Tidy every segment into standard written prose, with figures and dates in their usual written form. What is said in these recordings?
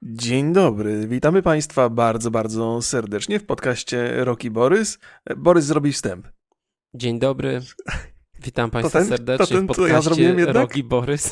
Dzień dobry, witamy Państwa bardzo, bardzo serdecznie w podcaście Roki Borys. Borys zrobi wstęp. Dzień dobry, witam Państwa serdecznie w podcaście ja Roki Borys.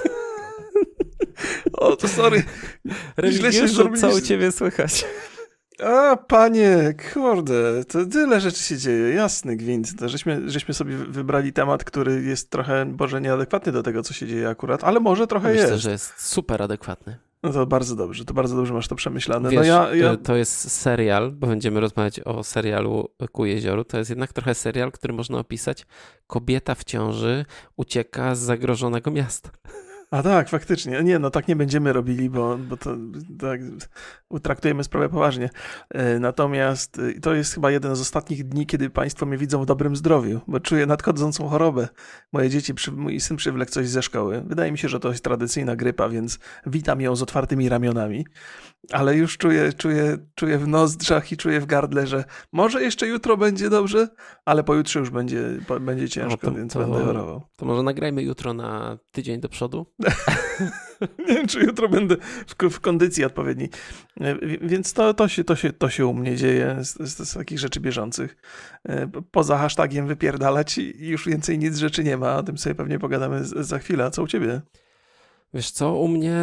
O, to sorry. Remigiuszu, co u Ciebie słychać? A, panie, kurde, to tyle rzeczy się dzieje, jasny gwint. To żeśmy sobie wybrali temat, który jest trochę, może nieadekwatny do tego, co się dzieje akurat, ale może trochę jest. Myślę, że jest super adekwatny. No to bardzo dobrze masz to przemyślane. Wiesz, no to jest serial, bo będziemy rozmawiać o serialu Ku jezioru, to jest jednak trochę serial, który można opisać. Kobieta w ciąży ucieka z zagrożonego miasta. A tak, faktycznie. Nie, no tak nie będziemy robili, bo to tak, traktujemy sprawę poważnie. Natomiast to jest chyba jeden z ostatnich dni, kiedy Państwo mnie widzą w dobrym zdrowiu, bo czuję nadchodzącą chorobę. Moje dzieci, mój syn przywlekł coś ze szkoły. Wydaje mi się, że to jest tradycyjna grypa, więc witam ją z otwartymi ramionami. Ale już czuję w nozdrzach i czuję w gardle, że może jeszcze jutro będzie dobrze, ale pojutrze już będzie ciężko, więc będę chorował. To może nagrajmy jutro na tydzień do przodu? Nie wiem, czy jutro będę w kondycji odpowiedniej. Więc to się u mnie dzieje z takich rzeczy bieżących. Poza hashtagiem wypierdalać i już więcej nic rzeczy nie ma. O tym sobie pewnie pogadamy za chwilę. A co u ciebie? Wiesz co, u mnie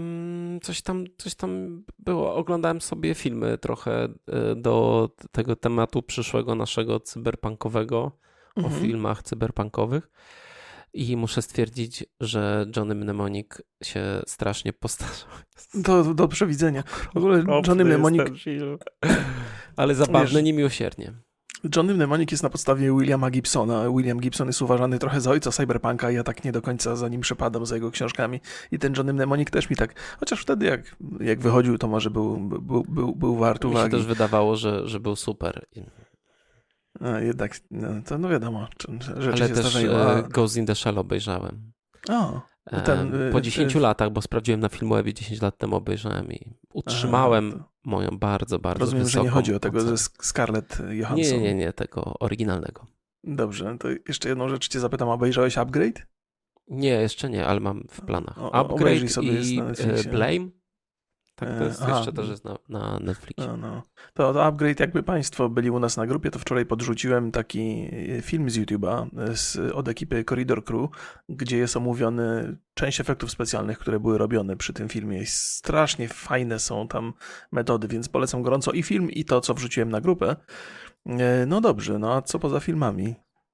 coś tam było. Oglądałem sobie filmy trochę do tego tematu przyszłego naszego cyberpunkowego, o filmach cyberpunkowych. I muszę stwierdzić, że Johnny Mnemonic się strasznie postarzał. Do przewidzenia. W ogóle Johnny Mnemonic... Ale zabawne, niemiłosiernie. Johnny Mnemonic jest na podstawie Williama Gibsona. William Gibson jest uważany trochę za ojca cyberpunka, ja tak nie do końca za nim przepadam, za jego książkami. I ten Johnny Mnemonic też mi tak... Chociaż wtedy jak wychodził, to może był wart uwagi. Mi się też wydawało, że był super. A, jednak, no wiadomo, rzeczy ale się też zdarzają. Ghost in the Shell obejrzałem. Po 10 latach, bo sprawdziłem na Filmwebie 10 lat temu obejrzałem i utrzymałem moją bardzo, bardzo rozumiem, wysoką że nie chodzi o tego ocenę. ze Scarlett Johansson. Nie, tego oryginalnego. Dobrze, to jeszcze jedną rzecz cię zapytam, obejrzałeś Upgrade? Nie, jeszcze nie, ale mam w planach. Upgrade sobie i Blame? Tak, to jest jeszcze też jest na Netflixie. To Upgrade, jakby Państwo byli u nas na grupie, to wczoraj podrzuciłem taki film z YouTube'a od ekipy Corridor Crew, gdzie jest omówiony część efektów specjalnych, które były robione przy tym filmie. Strasznie fajne są tam metody, więc polecam gorąco i film, i to, co wrzuciłem na grupę. No dobrze, no a co poza filmami?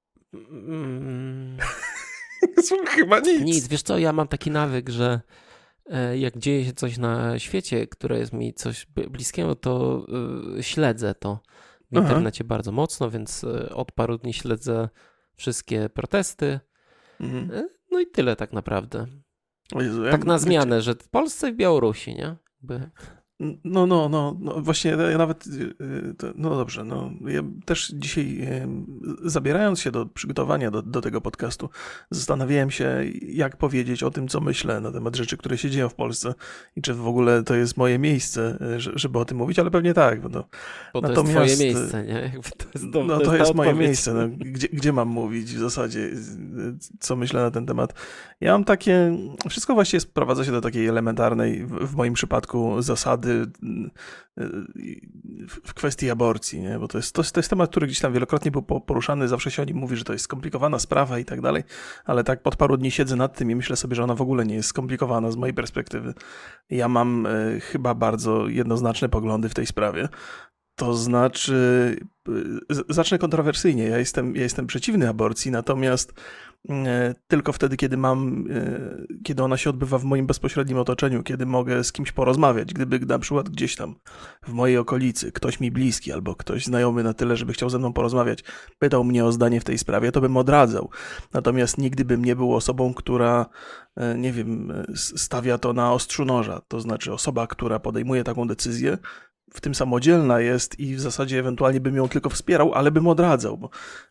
Chyba nic. Nic, wiesz co, ja mam taki nawyk, że jak dzieje się coś na świecie, które jest mi coś bliskiego, to śledzę to w internecie bardzo mocno, więc od paru dni śledzę wszystkie protesty. No i tyle tak naprawdę. O Jezu, tak na zmianę, że w Polsce i w Białorusi, nie? No, właśnie ja nawet, no dobrze, ja też dzisiaj zabierając się do przygotowania do tego podcastu, zastanawiałem się, jak powiedzieć o tym, co myślę na temat rzeczy, które się dzieją w Polsce i czy w ogóle to jest moje miejsce, żeby o tym mówić, ale pewnie tak. Bo to jest twoje miejsce, nie? Jakby to jest moje miejsce. Gdzie mam mówić w zasadzie, co myślę na ten temat? Ja mam takie, wszystko właściwie sprowadza się do takiej elementarnej, w moim przypadku, zasady w kwestii aborcji, nie? Bo to jest temat, który gdzieś tam wielokrotnie był poruszany, zawsze się o nim mówi, że to jest skomplikowana sprawa i tak dalej, ale tak pod paru dni siedzę nad tym i myślę sobie, że ona w ogóle nie jest skomplikowana z mojej perspektywy. Ja mam chyba bardzo jednoznaczne poglądy w tej sprawie. To znaczy, zacznę kontrowersyjnie, ja jestem przeciwny aborcji, natomiast tylko wtedy, kiedy ona się odbywa w moim bezpośrednim otoczeniu, kiedy mogę z kimś porozmawiać. Gdyby na przykład gdzieś tam w mojej okolicy ktoś mi bliski albo ktoś znajomy na tyle, żeby chciał ze mną porozmawiać, pytał mnie o zdanie w tej sprawie, to bym odradzał. Natomiast nigdy bym nie był osobą, która, nie wiem, stawia to na ostrzu noża. To znaczy osoba, która podejmuje taką decyzję, w tym samodzielna jest i w zasadzie ewentualnie bym ją tylko wspierał, ale bym odradzał, bo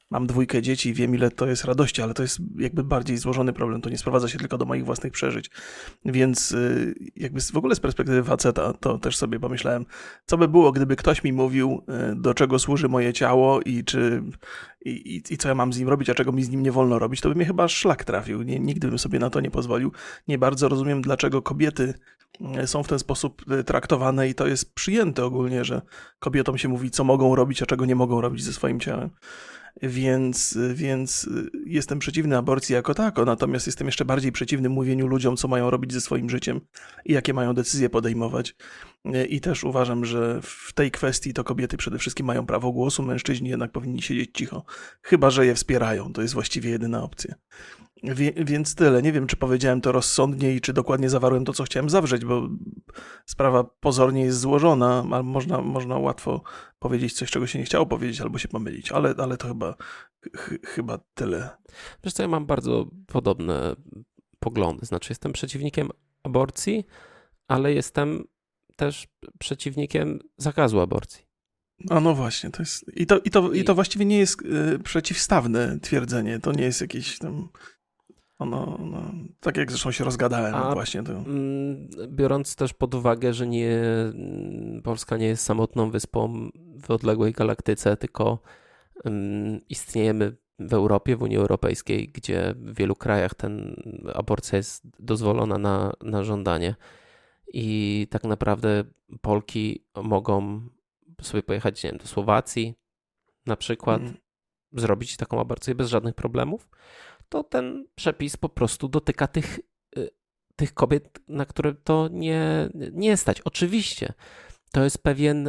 mam 2 dzieci i wiem, ile to jest radości, ale to jest jakby bardziej złożony problem. To nie sprowadza się tylko do moich własnych przeżyć. Więc jakby w ogóle z perspektywy faceta to też sobie pomyślałem, co by było, gdyby ktoś mi mówił, do czego służy moje ciało i co ja mam z nim robić, a czego mi z nim nie wolno robić, to by mnie chyba szlak trafił. Nigdy bym sobie na to nie pozwolił. Nie bardzo rozumiem, dlaczego kobiety są w ten sposób traktowane i to jest przyjęte ogólnie, że kobietom się mówi, co mogą robić, a czego nie mogą robić ze swoim ciałem. Więc jestem przeciwny aborcji jako tako, natomiast jestem jeszcze bardziej przeciwny mówieniu ludziom, co mają robić ze swoim życiem i jakie mają decyzje podejmować. I też uważam, że w tej kwestii to kobiety przede wszystkim mają prawo głosu, mężczyźni jednak powinni siedzieć cicho. Chyba że je wspierają, to jest właściwie jedyna opcja. Więc tyle. Nie wiem, czy powiedziałem to rozsądnie i czy dokładnie zawarłem to, co chciałem zawrzeć, bo sprawa pozornie jest złożona, ale można łatwo powiedzieć coś, czego się nie chciało powiedzieć, albo się pomylić, ale to chyba tyle. Wiesz co, ja mam bardzo podobne poglądy. Znaczy, jestem przeciwnikiem aborcji, ale jestem też przeciwnikiem zakazu aborcji. A no właśnie, to jest. I to właściwie nie jest przeciwstawne twierdzenie. To nie jest jakieś tam. Tak jak zresztą się rozgadałem właśnie. To... Biorąc też pod uwagę, że Polska nie jest samotną wyspą w odległej galaktyce, tylko istniejemy w Europie, w Unii Europejskiej, gdzie w wielu krajach aborcja jest dozwolona na żądanie i tak naprawdę Polki mogą sobie pojechać, nie wiem, do Słowacji na przykład, zrobić taką aborcję bez żadnych problemów, to ten przepis po prostu dotyka tych kobiet, na które to nie stać. Oczywiście to jest pewien,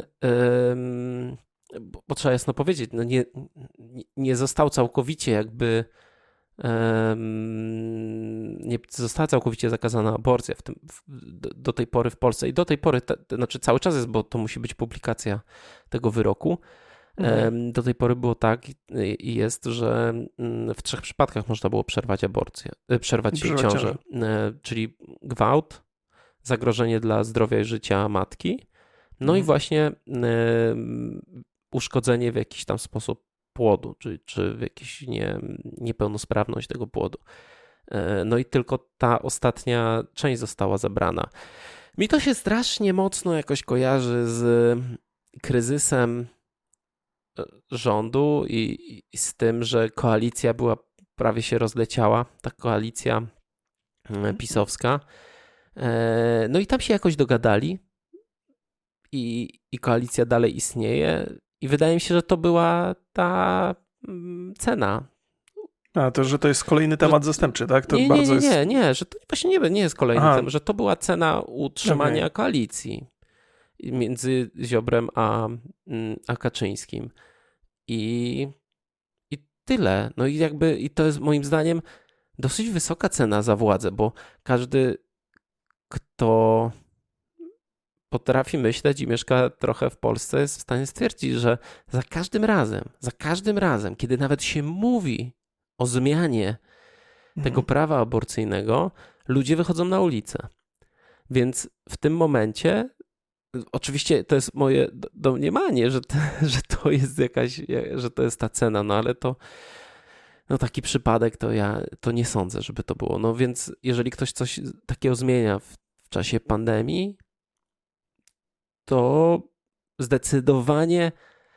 bo trzeba jasno powiedzieć, nie został całkowicie jakby nie została całkowicie zakazana aborcja do tej pory w Polsce i do tej pory, znaczy cały czas jest, bo to musi być publikacja tego wyroku. Do tej pory było tak i jest, że w 3 przypadkach można było przerwać ciążę, czyli gwałt, zagrożenie dla zdrowia i życia matki, no i właśnie uszkodzenie w jakiś tam sposób płodu, czy w jakąś niepełnosprawność tego płodu. No i tylko ta ostatnia część została zabrana. Mi to się strasznie mocno jakoś kojarzy z kryzysem rządu i z tym, że koalicja prawie się rozleciała, ta koalicja pisowska. No i tam się jakoś dogadali i koalicja dalej istnieje i wydaje mi się, że to była ta cena. Że to jest kolejny temat zastępczy, tak? To nie, że to właśnie nie jest kolejny temat, że to była cena utrzymania koalicji między Ziobrem a Kaczyńskim. I tyle. No i to jest moim zdaniem dosyć wysoka cena za władzę, bo każdy, kto potrafi myśleć i mieszka trochę w Polsce, jest w stanie stwierdzić, że za każdym razem, kiedy nawet się mówi o zmianie tego prawa aborcyjnego, ludzie wychodzą na ulicę. Więc w tym momencie oczywiście to jest moje domniemanie, że to jest że to jest ta cena, no ale to taki przypadek to ja to nie sądzę, żeby to było. No więc jeżeli ktoś coś takiego zmienia w czasie pandemii, to zdecydowanie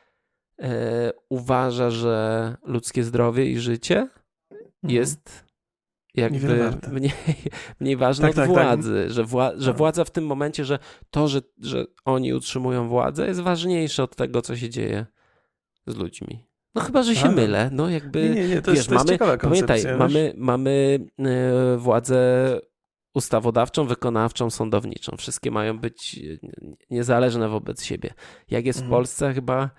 uważa, że ludzkie zdrowie i życie jest jakby mniej ważne od władzy, że władza w tym momencie, że to, że oni utrzymują władzę, jest ważniejsze od tego, co się dzieje z ludźmi. No chyba, że się mylę. No jakby, nie, to jest ciekawa koncepcja. Pamiętaj, mamy władzę ustawodawczą, wykonawczą, sądowniczą. Wszystkie mają być niezależne wobec siebie. Jak jest w Polsce, chyba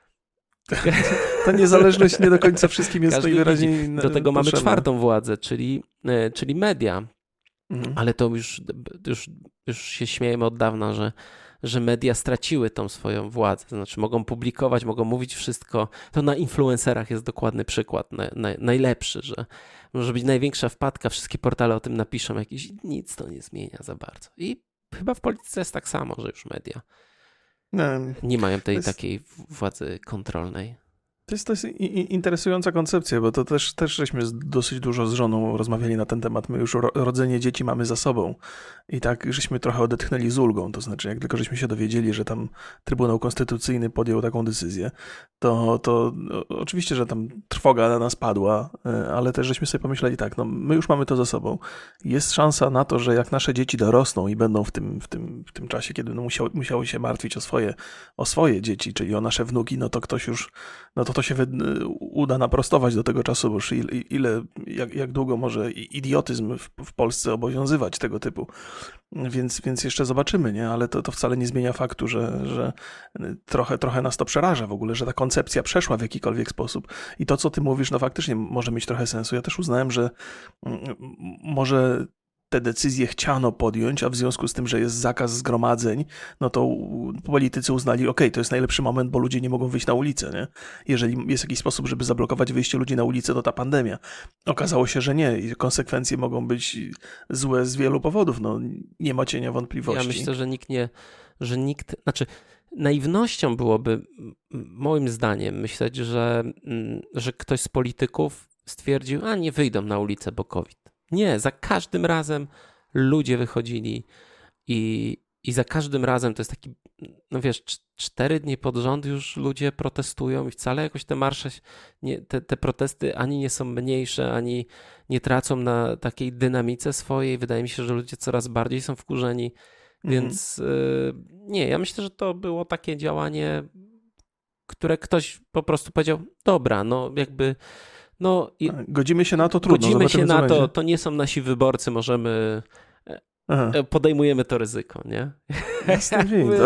ta niezależność nie do końca wszystkim jest najwyraźniej do tego mamy 4. władzę, czyli media. Ale to już się śmiejemy od dawna, że media straciły tą swoją władzę. Znaczy mogą publikować, mogą mówić wszystko. To na influencerach jest dokładny przykład, najlepszy, że może być największa wpadka, wszystkie portale o tym napiszą, nic to nie zmienia za bardzo. I chyba w polityce jest tak samo, że już media nie mają tej takiej władzy kontrolnej. To jest interesująca koncepcja, bo to też żeśmy dosyć dużo z żoną rozmawiali na ten temat. My już rodzenie dzieci mamy za sobą i tak żeśmy trochę odetchnęli z ulgą. To znaczy, jak tylko żeśmy się dowiedzieli, że tam Trybunał Konstytucyjny podjął taką decyzję, to oczywiście, że tam trwoga na nas padła, ale też żeśmy sobie pomyśleli tak, no my już mamy to za sobą. Jest szansa na to, że jak nasze dzieci dorosną i będą w tym czasie, kiedy musiały się martwić o swoje dzieci, czyli o nasze wnuki, no to ktoś już, no to się uda naprostować do tego czasu, bo już jak długo może idiotyzm w Polsce obowiązywać tego typu. Więc jeszcze zobaczymy, nie? Ale to wcale nie zmienia faktu, że trochę nas to przeraża w ogóle, że ta koncepcja przeszła w jakikolwiek sposób. I to, co ty mówisz, no faktycznie może mieć trochę sensu. Ja też uznałem, że może te decyzje chciano podjąć, a w związku z tym, że jest zakaz zgromadzeń, no to politycy uznali, okej, to jest najlepszy moment, bo ludzie nie mogą wyjść na ulicę, nie? Jeżeli jest jakiś sposób, żeby zablokować wyjście ludzi na ulicę, to ta pandemia. Okazało się, że nie i konsekwencje mogą być złe z wielu powodów, no nie ma cienia wątpliwości. Ja myślę, że nikt, znaczy naiwnością byłoby moim zdaniem myśleć, że ktoś z polityków stwierdził, a nie wyjdą na ulicę, bo COVID. Nie, za każdym razem ludzie wychodzili i za każdym razem to jest taki, no wiesz, 4 dni pod rząd już ludzie protestują i wcale jakoś te marsze, te protesty ani nie są mniejsze, ani nie tracą na takiej dynamice swojej. Wydaje mi się, że ludzie coraz bardziej są wkurzeni, więc nie, ja myślę, że to było takie działanie, które ktoś po prostu powiedział, dobra, no jakby... No, godzimy się na to, trudno. Godzimy się na to, to nie są nasi wyborcy, możemy, podejmujemy to ryzyko, nie? Jasne,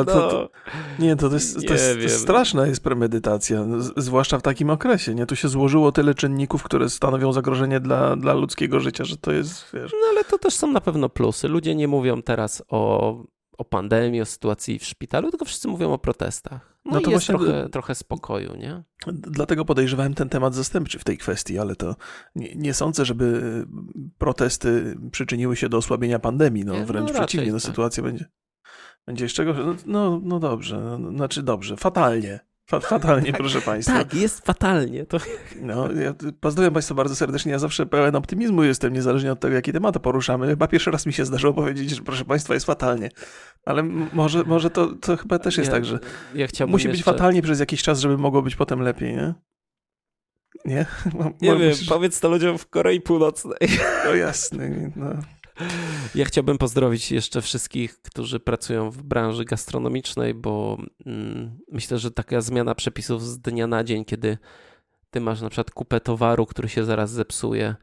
to jest straszna jest premedytacja, zwłaszcza w takim okresie, nie? Tu się złożyło tyle czynników, które stanowią zagrożenie dla ludzkiego życia, że to jest, wiesz... No ale to też są na pewno plusy. Ludzie nie mówią teraz o pandemii, o sytuacji w szpitalu, tylko wszyscy mówią o protestach. No i to jest trochę spokoju, nie? Dlatego podejrzewałem ten temat zastępczy w tej kwestii, ale to nie sądzę, żeby protesty przyczyniły się do osłabienia pandemii. No wręcz przeciwnie, tak. Sytuacja będzie jeszcze gorsza. No dobrze, znaczy dobrze, fatalnie. Fatalnie, proszę Państwa. Tak, jest fatalnie. Ja pozdrawiam Państwa bardzo serdecznie. Ja zawsze pełen optymizmu jestem, niezależnie od tego, jaki temat poruszamy. Chyba pierwszy raz mi się zdarzyło powiedzieć, że proszę Państwa, jest fatalnie. Ale może to chyba też jest tak, że musi być fatalnie przez jakiś czas, żeby mogło być potem lepiej, nie? Nie? Nie wiem, powiedz to ludziom w Korei Północnej. No jasne, no. Ja chciałbym pozdrowić jeszcze wszystkich, którzy pracują w branży gastronomicznej, bo myślę, że taka zmiana przepisów z dnia na dzień, kiedy ty masz na przykład kupę towaru, który się zaraz zepsuje.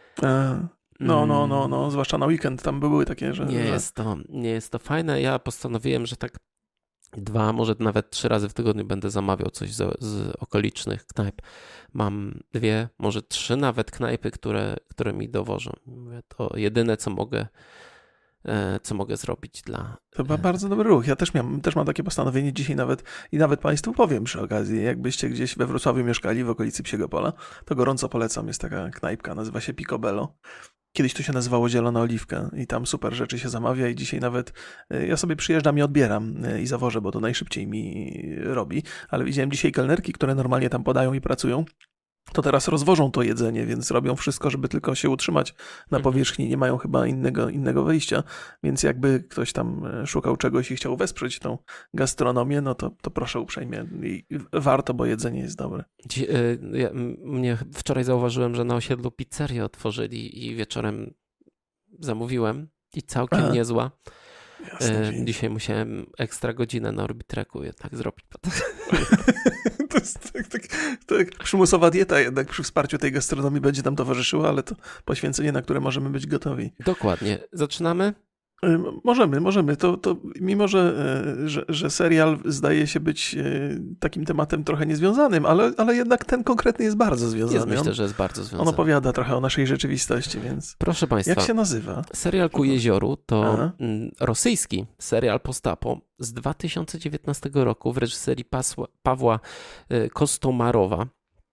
No, zwłaszcza na weekend tam były takie, że... Nie jest to fajne. Ja postanowiłem, że tak 2, może nawet 3 razy w tygodniu będę zamawiał coś z okolicznych knajp. Mam 2, może 3 nawet knajpy, które mi dowożą. Mówię, to jedyne, co mogę zrobić dla... To był bardzo dobry ruch. Ja też mam takie postanowienie dzisiaj nawet Państwu powiem przy okazji. Jakbyście gdzieś we Wrocławiu mieszkali w okolicy Psiego Pola, to gorąco polecam. Jest taka knajpka, nazywa się Picobello. Kiedyś to się nazywało Zielona Oliwka i tam super rzeczy się zamawia i dzisiaj nawet ja sobie przyjeżdżam i odbieram i zawożę, bo to najszybciej mi robi, ale widziałem dzisiaj kelnerki, które normalnie tam podają i pracują, to teraz rozwożą to jedzenie, więc robią wszystko, żeby tylko się utrzymać na powierzchni, nie mają chyba innego wyjścia, więc jakby ktoś tam szukał czegoś i chciał wesprzeć tą gastronomię, no to proszę uprzejmie i warto, bo jedzenie jest dobre. Mnie wczoraj zauważyłem, że na osiedlu pizzerię otworzyli i wieczorem zamówiłem i całkiem niezła. Jasne, dzisiaj musiałem ekstra godzinę na Orbitreku jednak zrobić. To jest tak przymusowa dieta jednak przy wsparciu tej gastronomii będzie nam towarzyszyła, ale to poświęcenie, na które możemy być gotowi. Dokładnie. Zaczynamy? Możemy. To mimo, że serial zdaje się być takim tematem trochę niezwiązanym, ale jednak ten konkretny jest bardzo związany. Myślę, że jest bardzo związany. On opowiada trochę o naszej rzeczywistości, więc... Proszę Państwa. Jak się nazywa? Serial Ku jezioru to rosyjski serial post-apo z 2019 roku w reżyserii Pawła Kostomarowa.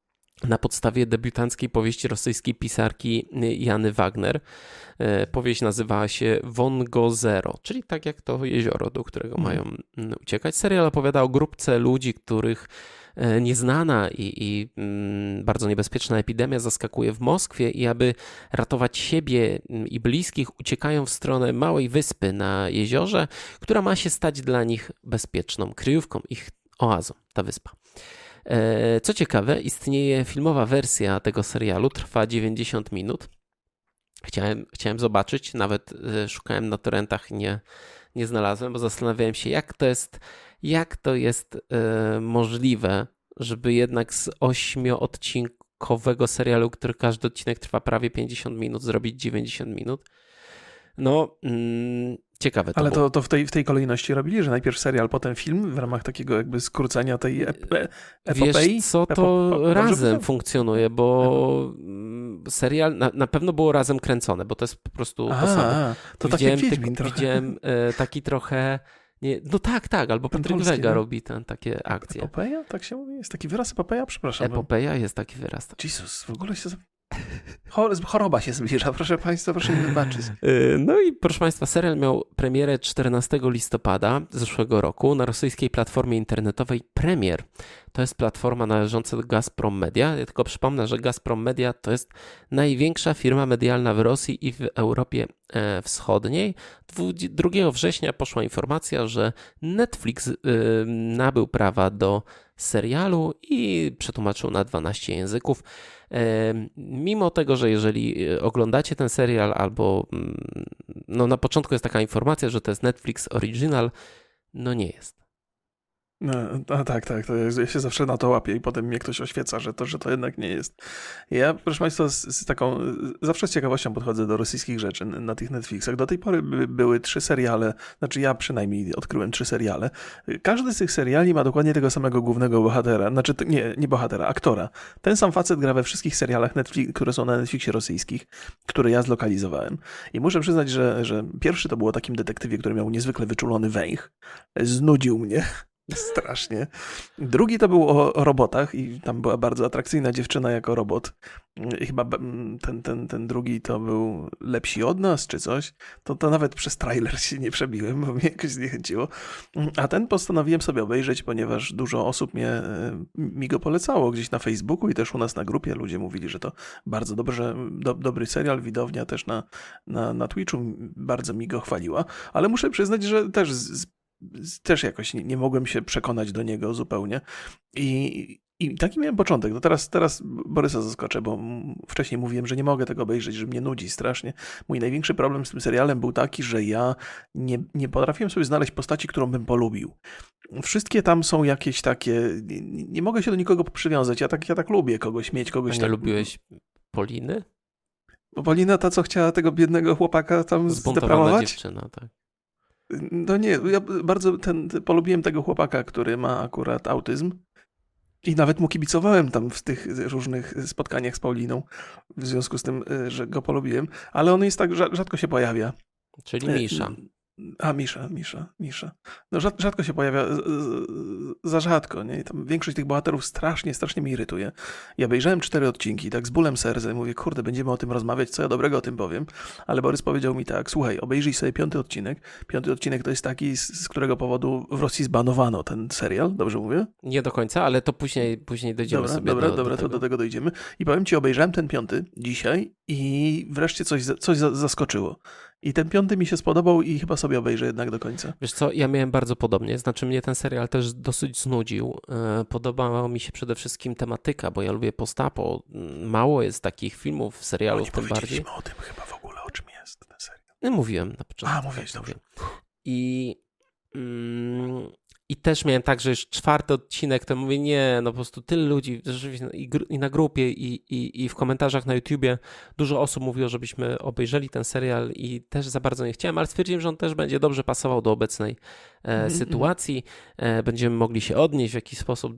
na podstawie debiutanckiej powieści rosyjskiej pisarki Jany Wagner. Powieść nazywała się Wągozero, czyli tak jak to jezioro, do którego mają uciekać. Serial opowiada o grupce ludzi, których nieznana i bardzo niebezpieczna epidemia zaskakuje w Moskwie i aby ratować siebie i bliskich, uciekają w stronę małej wyspy na jeziorze, która ma się stać dla nich bezpieczną kryjówką, ich oazą, ta wyspa. Co ciekawe, istnieje filmowa wersja tego serialu, trwa 90 minut. Chciałem zobaczyć, nawet szukałem na torrentach, nie znalazłem, bo zastanawiałem się, jak to jest możliwe, żeby jednak z 8-odcinkowego serialu, który każdy odcinek trwa prawie 50 minut, zrobić 90 minut. No, ciekawe to Ale było. to w tej kolejności robili, że najpierw serial, potem film w ramach takiego jakby skrócenia tej epopei? Wiesz co, to razem funkcjonuje, bo serial na pewno było razem kręcone, bo to jest po prostu to samo. To taki Wiedźmin trochę. Widziałem taki trochę... Nie, no tak, albo Patryk Wega robi takie akcje. Epopeja? Tak się mówi? Jest taki wyraz epopeja? Przepraszam. Epopeja jest taki wyraz. Jezus, w ogóle się... Choroba się zbliża, proszę Państwa, proszę mi wybaczyć. No i proszę Państwa, serial miał premierę 14 listopada zeszłego roku na rosyjskiej platformie internetowej Premier. To jest platforma należąca do Gazprom Media. Ja tylko przypomnę, że Gazprom Media to jest największa firma medialna w Rosji i w Europie Wschodniej. 2 września poszła informacja, że Netflix nabył prawa do serialu i przetłumaczył na 12 języków. Mimo tego, że jeżeli oglądacie ten serial albo no na początku jest taka informacja, że to jest Netflix Original, no nie jest. No, tak, to ja się zawsze na to łapię i potem mnie ktoś oświeca, że to jednak nie jest. Ja, proszę Państwa, zawsze z ciekawością podchodzę do rosyjskich rzeczy na tych Netflixach. Do tej pory były 3 seriale, znaczy ja przynajmniej odkryłem 3 seriale. Każdy z tych seriali ma dokładnie tego samego głównego bohatera, znaczy nie bohatera, aktora. Ten sam facet gra we wszystkich serialach które są na Netflixie rosyjskich, które ja zlokalizowałem. I muszę przyznać, że pierwszy to było o takim detektywie, który miał niezwykle wyczulony węch. Znudził mnie. Strasznie. Drugi to był o robotach i tam była bardzo atrakcyjna dziewczyna jako robot. I chyba ten drugi to był Lepsi od nas, czy coś. To nawet przez trailer się nie przebiłem, bo mnie jakoś zniechęciło. A ten postanowiłem sobie obejrzeć, ponieważ dużo osób mi go polecało gdzieś na Facebooku i też u nas na grupie. Ludzie mówili, że to bardzo dobry serial. Widownia też na Twitchu bardzo mi go chwaliła. Ale muszę przyznać, że też jakoś nie mogłem się przekonać do niego zupełnie. I taki miałem początek. No teraz Borysa zaskoczę, bo wcześniej mówiłem, że nie mogę tego obejrzeć, że mnie nudzi strasznie. Mój największy problem z tym serialem był taki, że ja nie potrafiłem sobie znaleźć postaci, którą bym polubił. Wszystkie tam są jakieś takie... Nie mogę się do nikogo przywiązać. Ja tak lubię kogoś mieć, kogoś tak... lubiłeś Poliny? Bo Polina, ta co chciała tego biednego chłopaka tam zdeprawować? Dziewczyna, tak. No nie, ja bardzo polubiłem tego chłopaka, który ma akurat autyzm i nawet mu kibicowałem tam w tych różnych spotkaniach z Pauliną w związku z tym, że go polubiłem, ale on jest tak, rzadko się pojawia. Czyli Misza. A, Misza. No rzadko się pojawia, za rzadko, nie? I tam większość tych bohaterów strasznie mi irytuje. Ja obejrzałem 4 odcinki, tak z bólem serca i mówię, kurde, będziemy o tym rozmawiać, co ja dobrego o tym powiem. Ale Borys powiedział mi tak, słuchaj, obejrzyj sobie 5 odcinek. 5 odcinek to jest taki, z którego powodu w Rosji zbanowano ten serial, dobrze mówię? Nie do końca, ale to później dojdziemy sobie do tego. To do tego dojdziemy. I powiem ci, obejrzałem ten 5 dzisiaj i wreszcie coś zaskoczyło. I ten 5 mi się spodobał i chyba sobie obejrzę jednak do końca. Wiesz co, ja miałem bardzo podobnie, znaczy mnie ten serial też dosyć znudził. Podobała mi się przede wszystkim tematyka, bo ja lubię post-apo. Mało jest takich filmów, serialów tym bardziej. Nie powiedzieliśmy o tym chyba w ogóle, o czym jest ten serial. Mówiłem na początku. A, mówiłeś, dobrze. I też miałem tak, że już 4 odcinek, to mówię, nie, no po prostu tyle ludzi, rzeczywiście i na grupie, i w komentarzach na YouTubie dużo osób mówiło, żebyśmy obejrzeli ten serial i też za bardzo nie chciałem, ale stwierdziłem, że on też będzie dobrze pasował do obecnej sytuacji. Będziemy mogli się odnieść w jakiś sposób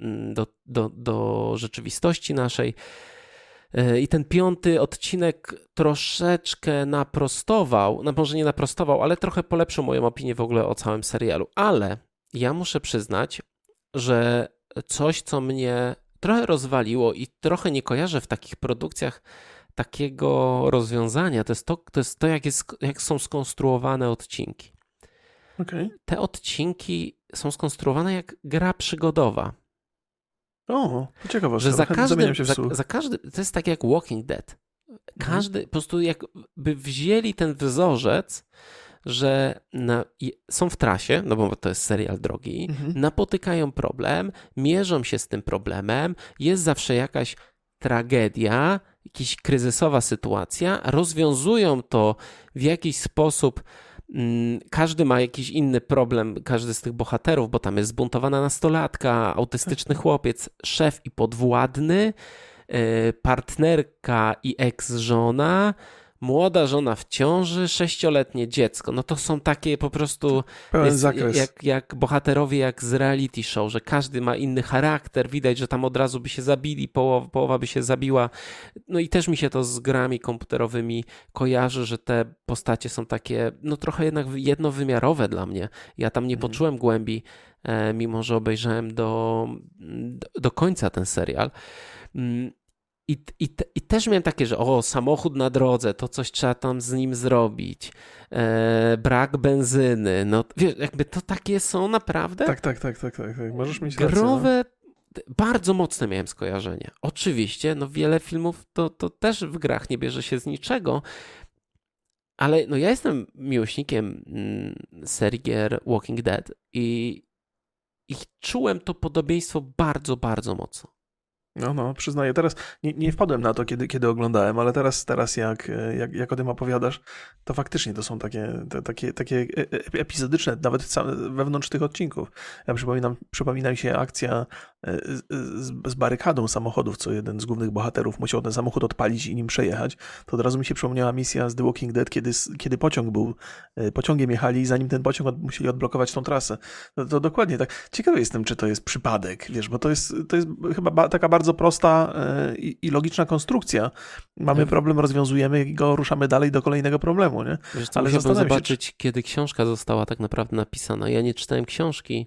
do rzeczywistości naszej. I ten 5 odcinek troszeczkę naprostował, no może nie naprostował, ale trochę polepszył moją opinię w ogóle o całym serialu. Ale ja muszę przyznać, że coś, co mnie trochę rozwaliło i trochę nie kojarzę w takich produkcjach takiego rozwiązania. To jest to jak są skonstruowane odcinki. Okay. Te odcinki są skonstruowane jak gra przygodowa. O, to ciekawe. Że za każdy, to jest tak jak Walking Dead. Każdy, po prostu jakby wzięli ten wzorzec, że są w trasie, no bo to jest serial drogi, napotykają problem, mierzą się z tym problemem, jest zawsze jakaś tragedia, jakaś kryzysowa sytuacja, rozwiązują to w jakiś sposób. Każdy ma jakiś inny problem, każdy z tych bohaterów, bo tam jest zbuntowana nastolatka, autystyczny chłopiec, szef i podwładny, partnerka i ex-żona, młoda żona w ciąży, 6-letnie dziecko. No to są takie po prostu jak bohaterowie jak z reality show, że każdy ma inny charakter, widać, że tam od razu by się zabili, połowa by się zabiła. No i też mi się to z grami komputerowymi kojarzy, że te postacie są takie, no trochę jednak jednowymiarowe dla mnie. Ja tam nie poczułem głębi, mimo że obejrzałem do końca ten serial. I też miałem takie, że samochód na drodze, to coś trzeba tam z nim zrobić, brak benzyny, no wiesz, jakby to takie są naprawdę. Tak. Możesz mieć rację. Growe, bardzo mocne miałem skojarzenie. Oczywiście, no wiele filmów to też w grach nie bierze się z niczego, ale no ja jestem miłośnikiem serii gier Walking Dead i czułem to podobieństwo bardzo, bardzo mocno. No, przyznaję. Teraz nie wpadłem na to, kiedy oglądałem, ale teraz jak o tym opowiadasz, to faktycznie to są takie epizodyczne, nawet wewnątrz tych odcinków. Ja przypomina mi się akcja z barykadą samochodów, co jeden z głównych bohaterów musiał ten samochód odpalić i nim przejechać. To od razu mi się przypomniała misja z The Walking Dead, kiedy pociągiem jechali i zanim ten pociąg musieli odblokować tą trasę. To dokładnie tak. Ciekawy jestem, czy to jest przypadek, wiesz, bo to jest chyba taka bardzo prosta i logiczna konstrukcja. Mamy problem, rozwiązujemy i go ruszamy dalej do kolejnego problemu, nie? Wiesz co, musiałbym zobaczyć, kiedy książka została tak naprawdę napisana. Ja nie czytałem książki,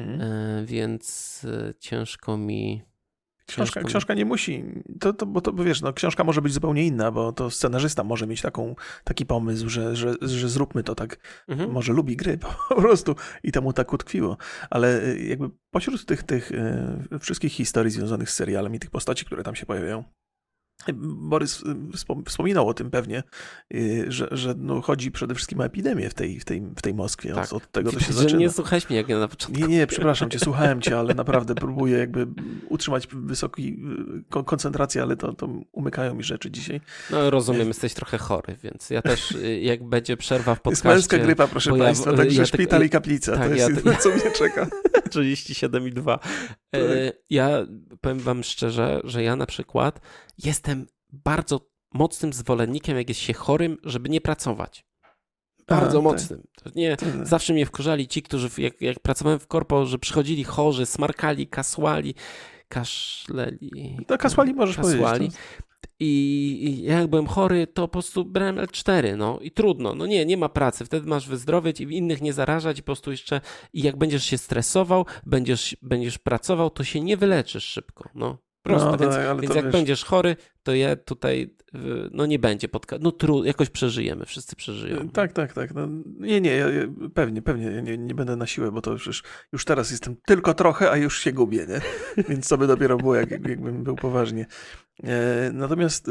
więc ciężko mi... Książka nie musi, bo wiesz, no, książka może być zupełnie inna, bo to scenarzysta może mieć taki pomysł, że zróbmy to tak, może lubi gry po prostu i temu tak utkwiło, ale jakby pośród tych wszystkich historii związanych z serialem i tych postaci, które tam się pojawiają, Borys wspominał o tym pewnie, że no chodzi przede wszystkim o epidemię w tej Moskwie. Tak. Od tego to się zaczyna. zaczyna. Nie słuchałeś mnie jak ja na początku. Nie, przepraszam cię, słuchałem cię, ale naprawdę próbuję jakby utrzymać wysoką koncentrację, ale to umykają mi rzeczy dzisiaj. No rozumiem, jesteś trochę chory, więc ja też jak będzie przerwa w podcaście... Jest męska grypa, proszę państwa, także szpital i kaplica, to jest jedyne, co mnie czeka. 37,2. Ja powiem wam szczerze, że ja na przykład jestem bardzo mocnym zwolennikiem, jak jest się chorym, żeby nie pracować. Bardzo mocnym. Zawsze mnie wkurzali ci, którzy jak pracowałem w korpo, że przychodzili chorzy, smarkali, kaszleli. No kasłali możesz powiedzieć. I jak byłem chory, to po prostu brałem L4, no i trudno, no nie ma pracy, wtedy masz wyzdrowieć i innych nie zarażać i po prostu jeszcze, i jak będziesz się stresował, będziesz pracował, to się nie wyleczysz szybko, no. Prosto, no, więc jak będziesz chory, to ja tutaj, no nie będzie jakoś przeżyjemy, wszyscy przeżyją. Tak. No, nie, pewnie, nie będę na siłę, bo to już teraz jestem tylko trochę, a już się gubię, nie? Więc co by dopiero było, jakbym był poważnie. Natomiast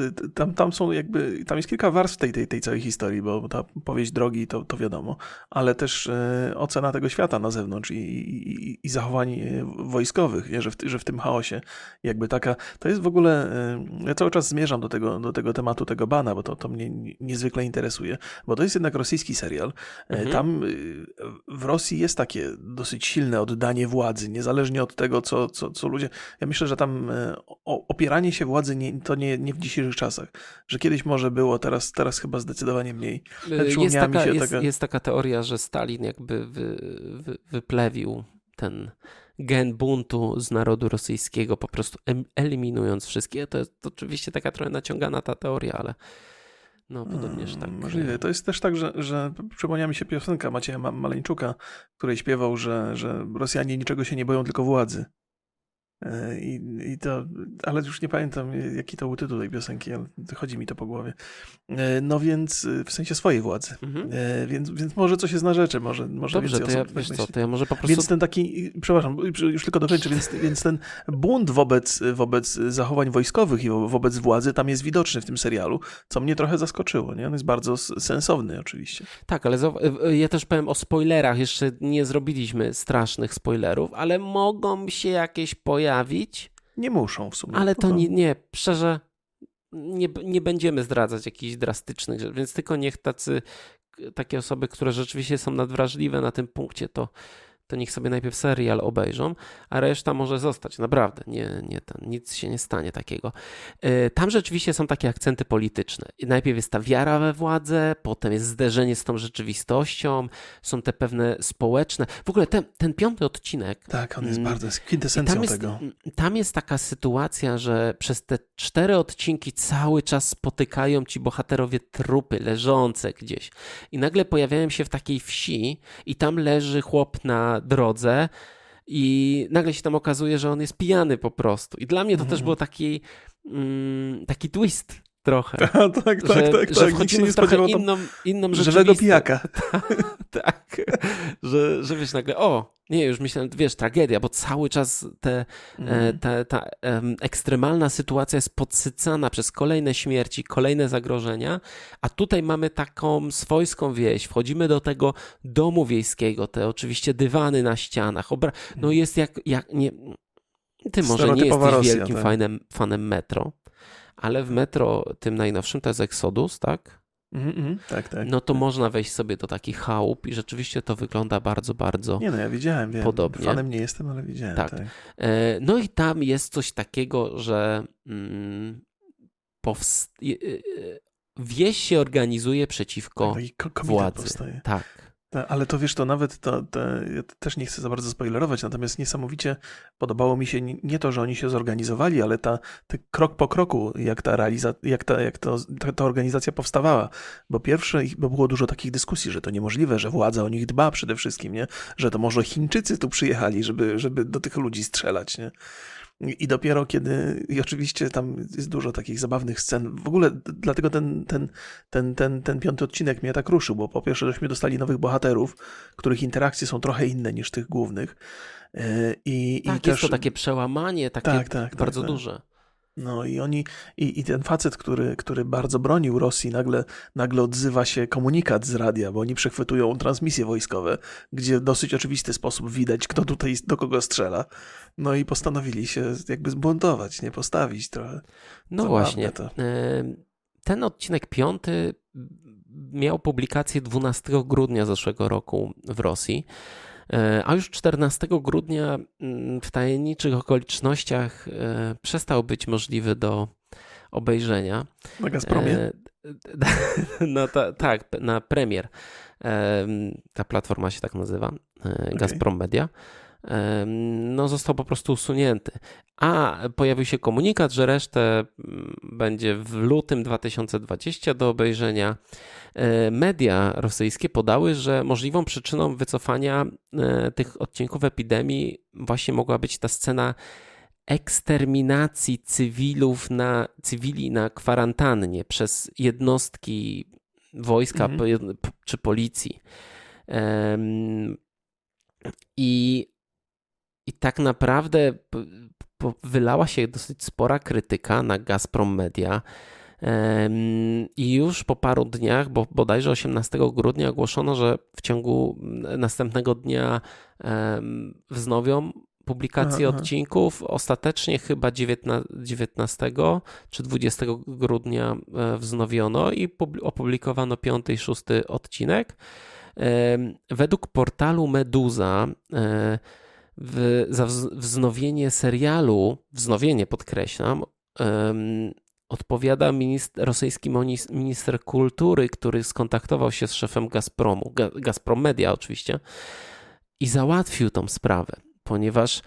tam jest kilka warstw tej całej historii, bo ta powieść drogi to wiadomo, ale też ocena tego świata na zewnątrz i zachowań wojskowych, nie? Że w tym chaosie jakby to jest w ogóle, ja cały czas zmierzam do tego tematu tego bana, bo to mnie niezwykle interesuje, bo to jest jednak rosyjski serial. Tam w Rosji jest takie dosyć silne oddanie władzy, niezależnie od tego, co ludzie... Ja myślę, że tam opieranie się władzy to nie w dzisiejszych czasach, że kiedyś może było, teraz chyba zdecydowanie mniej. Jest taka teoria, że Stalin jakby wyplewił ten gen buntu z narodu rosyjskiego, po prostu eliminując wszystkie. To jest oczywiście taka trochę naciągana ta teoria, ale no podobnież tak. Możliwe. To jest też tak, że przypomniała mi się piosenka Macieja Maleńczuka, w której śpiewał, że Rosjanie niczego się nie boją, tylko władzy. I to, ale już nie pamiętam, jaki to był tytuł tej piosenki, ale chodzi mi to po głowie. No więc, w sensie swojej władzy. Więc może coś jest na rzeczy, może Dobrze, więcej osób wiesz myśli. co, to ja może po prostu... Więc ten taki, przepraszam, już tylko dokończę, więc ten bunt wobec zachowań wojskowych i wobec władzy tam jest widoczny w tym serialu, co mnie trochę zaskoczyło, nie? On jest bardzo sensowny oczywiście. Tak, ale ja też powiem o spoilerach, jeszcze nie zrobiliśmy strasznych spoilerów, ale mogą się jakieś pojawić. Nie muszą w sumie. Ale to nie, szczerze, nie będziemy zdradzać jakichś drastycznych rzeczy, więc tylko niech takie osoby, które rzeczywiście są nadwrażliwe na tym punkcie, to niech sobie najpierw serial obejrzą, a reszta może zostać. Naprawdę, nic się nie stanie takiego. Tam rzeczywiście są takie akcenty polityczne. Najpierw jest ta wiara we władzę, potem jest zderzenie z tą rzeczywistością, są te pewne społeczne... W ogóle ten 5. odcinek... Tak, on jest bardzo kwintesencją tego. Tam jest taka sytuacja, że przez te 4 odcinki cały czas spotykają ci bohaterowie trupy leżące gdzieś. I nagle pojawiają się w takiej wsi i tam leży chłop na drodze i nagle się tam okazuje, że on jest pijany po prostu. I dla mnie to też było taki twist trochę. Że wchodzimy w trochę inną rzeczywistość. Żywego pijaka. Tak, że wiesz nagle, już myślałem, wiesz, tragedia, bo cały czas ta ekstremalna sytuacja jest podsycana przez kolejne śmierci, kolejne zagrożenia, a tutaj mamy taką swojską wieś, wchodzimy do tego domu wiejskiego, te oczywiście dywany na ścianach, no jest nie, ty może nie jesteś wielkim fanem Metro, ale w Metro tym najnowszym to jest Exodus, tak? Tak. No to można wejść sobie do takich chałup i rzeczywiście to wygląda bardzo, bardzo ja widziałem, podobnie. Fanem nie jestem, ale widziałem. Tak. No i tam jest coś takiego, że wieś się organizuje przeciwko władzy. Powstaje. Tak. Ale to wiesz, to nawet ja też nie chcę za bardzo spoilerować, natomiast niesamowicie podobało mi się nie to, że oni się zorganizowali, ale krok po kroku, jak ta organizacja powstawała. Bo bo było dużo takich dyskusji, że to niemożliwe, że władza o nich dba przede wszystkim, nie? Że to może Chińczycy tu przyjechali, żeby do tych ludzi strzelać, nie? I dopiero i oczywiście tam jest dużo takich zabawnych scen. W ogóle dlatego ten 5. odcinek mnie tak ruszył, bo po pierwsze żeśmy dostali nowych bohaterów, których interakcje są trochę inne niż tych głównych. Jest to takie przełamanie, bardzo duże. No i ten facet, który bardzo bronił Rosji, nagle odzywa się komunikat z radia, bo oni przechwytują transmisje wojskowe, gdzie w dosyć oczywisty sposób widać, kto tutaj do kogo strzela. No i postanowili się jakby zbuntować, nie postawić trochę. No właśnie. Ten odcinek 5 miał publikację 12 grudnia zeszłego roku w Rosji. A już 14 grudnia w tajemniczych okolicznościach przestał być możliwy do obejrzenia. Na Gazpromie? Tak, na Premier. Ta platforma się tak nazywa, Gazprom Media. No, został po prostu usunięty. A pojawił się komunikat, że resztę będzie w lutym 2020 do obejrzenia. Media rosyjskie podały, że możliwą przyczyną wycofania tych odcinków epidemii właśnie mogła być ta scena eksterminacji cywili na kwarantannie przez jednostki wojska czy policji. I tak naprawdę wylała się dosyć spora krytyka na Gazprom Media i już po paru dniach, bo bodajże 18 grudnia ogłoszono, że w ciągu następnego dnia wznowią publikację odcinków. Ostatecznie chyba 19 czy 20 grudnia wznowiono i opublikowano 5. i 6. odcinek. Według portalu Meduza za wznowienie serialu, podkreślam, odpowiada rosyjski minister kultury, który skontaktował się z szefem Gazpromu, Gazprom Media oczywiście, i załatwił tą sprawę, ponieważ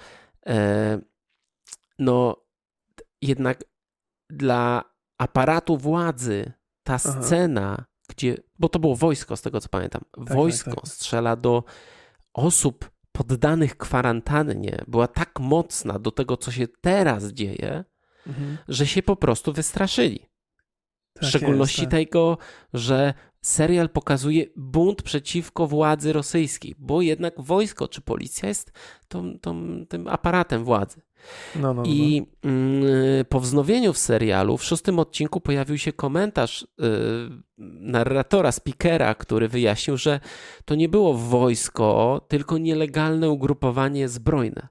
jednak dla aparatu władzy ta scena, bo to było wojsko, z tego co pamiętam, wojsko strzela do osób poddanych kwarantannie była tak mocna do tego, co się teraz dzieje, że się po prostu wystraszyli. W szczególności tego, że serial pokazuje bunt przeciwko władzy rosyjskiej, bo jednak wojsko czy policja jest tym aparatem władzy. I po wznowieniu w serialu w 6. odcinku pojawił się komentarz narratora, speakera, który wyjaśnił, że to nie było wojsko, tylko nielegalne ugrupowanie zbrojne.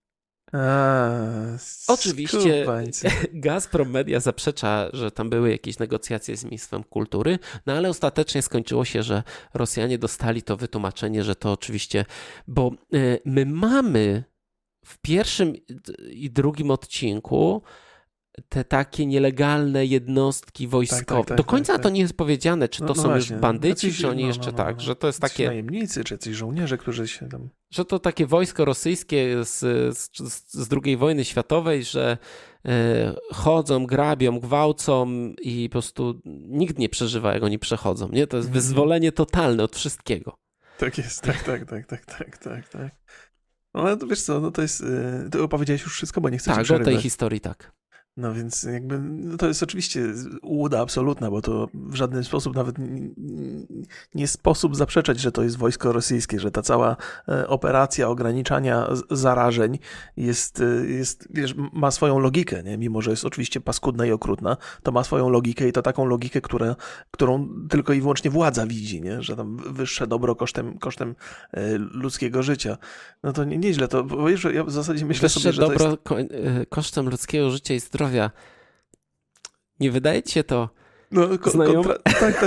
Oczywiście Gazprom Media zaprzecza, że tam były jakieś negocjacje z Ministerstwem Kultury, no ale ostatecznie skończyło się, że Rosjanie dostali to wytłumaczenie, że to oczywiście, bo my mamy w 1. i 2. odcinku te takie nielegalne jednostki wojskowe. Do końca to nie jest powiedziane, czy to są już bandyci, czy oni jeszcze że to jest takie... najemnicy, czy jacyś żołnierze, którzy się tam... Że to takie wojsko rosyjskie z II wojny światowej, że chodzą, grabią, gwałcą i po prostu nikt nie przeżywa, jak oni przechodzą. Nie? To jest wyzwolenie totalne od wszystkiego. Tak jest, tak. No ale to wiesz co, to jest... Ty opowiedziałeś już wszystko, bo nie chcę ci przerywać. Tak, o tej historii tak. No więc jakby to jest oczywiście ułuda absolutna, bo to w żaden sposób nawet nie sposób zaprzeczać, że to jest wojsko rosyjskie, że ta cała operacja ograniczania zarażeń jest wiesz, ma swoją logikę, nie? Mimo że jest oczywiście paskudna i okrutna, to ma swoją logikę i to taką logikę, którą tylko i wyłącznie władza widzi, nie? Że tam wyższe dobro kosztem ludzkiego życia. No to nieźle, to bo wiesz, że ja w zasadzie myślę sobie, że dobro kosztem ludzkiego życia i zdrowia. Nie wydaje ci się to znajome? Tak.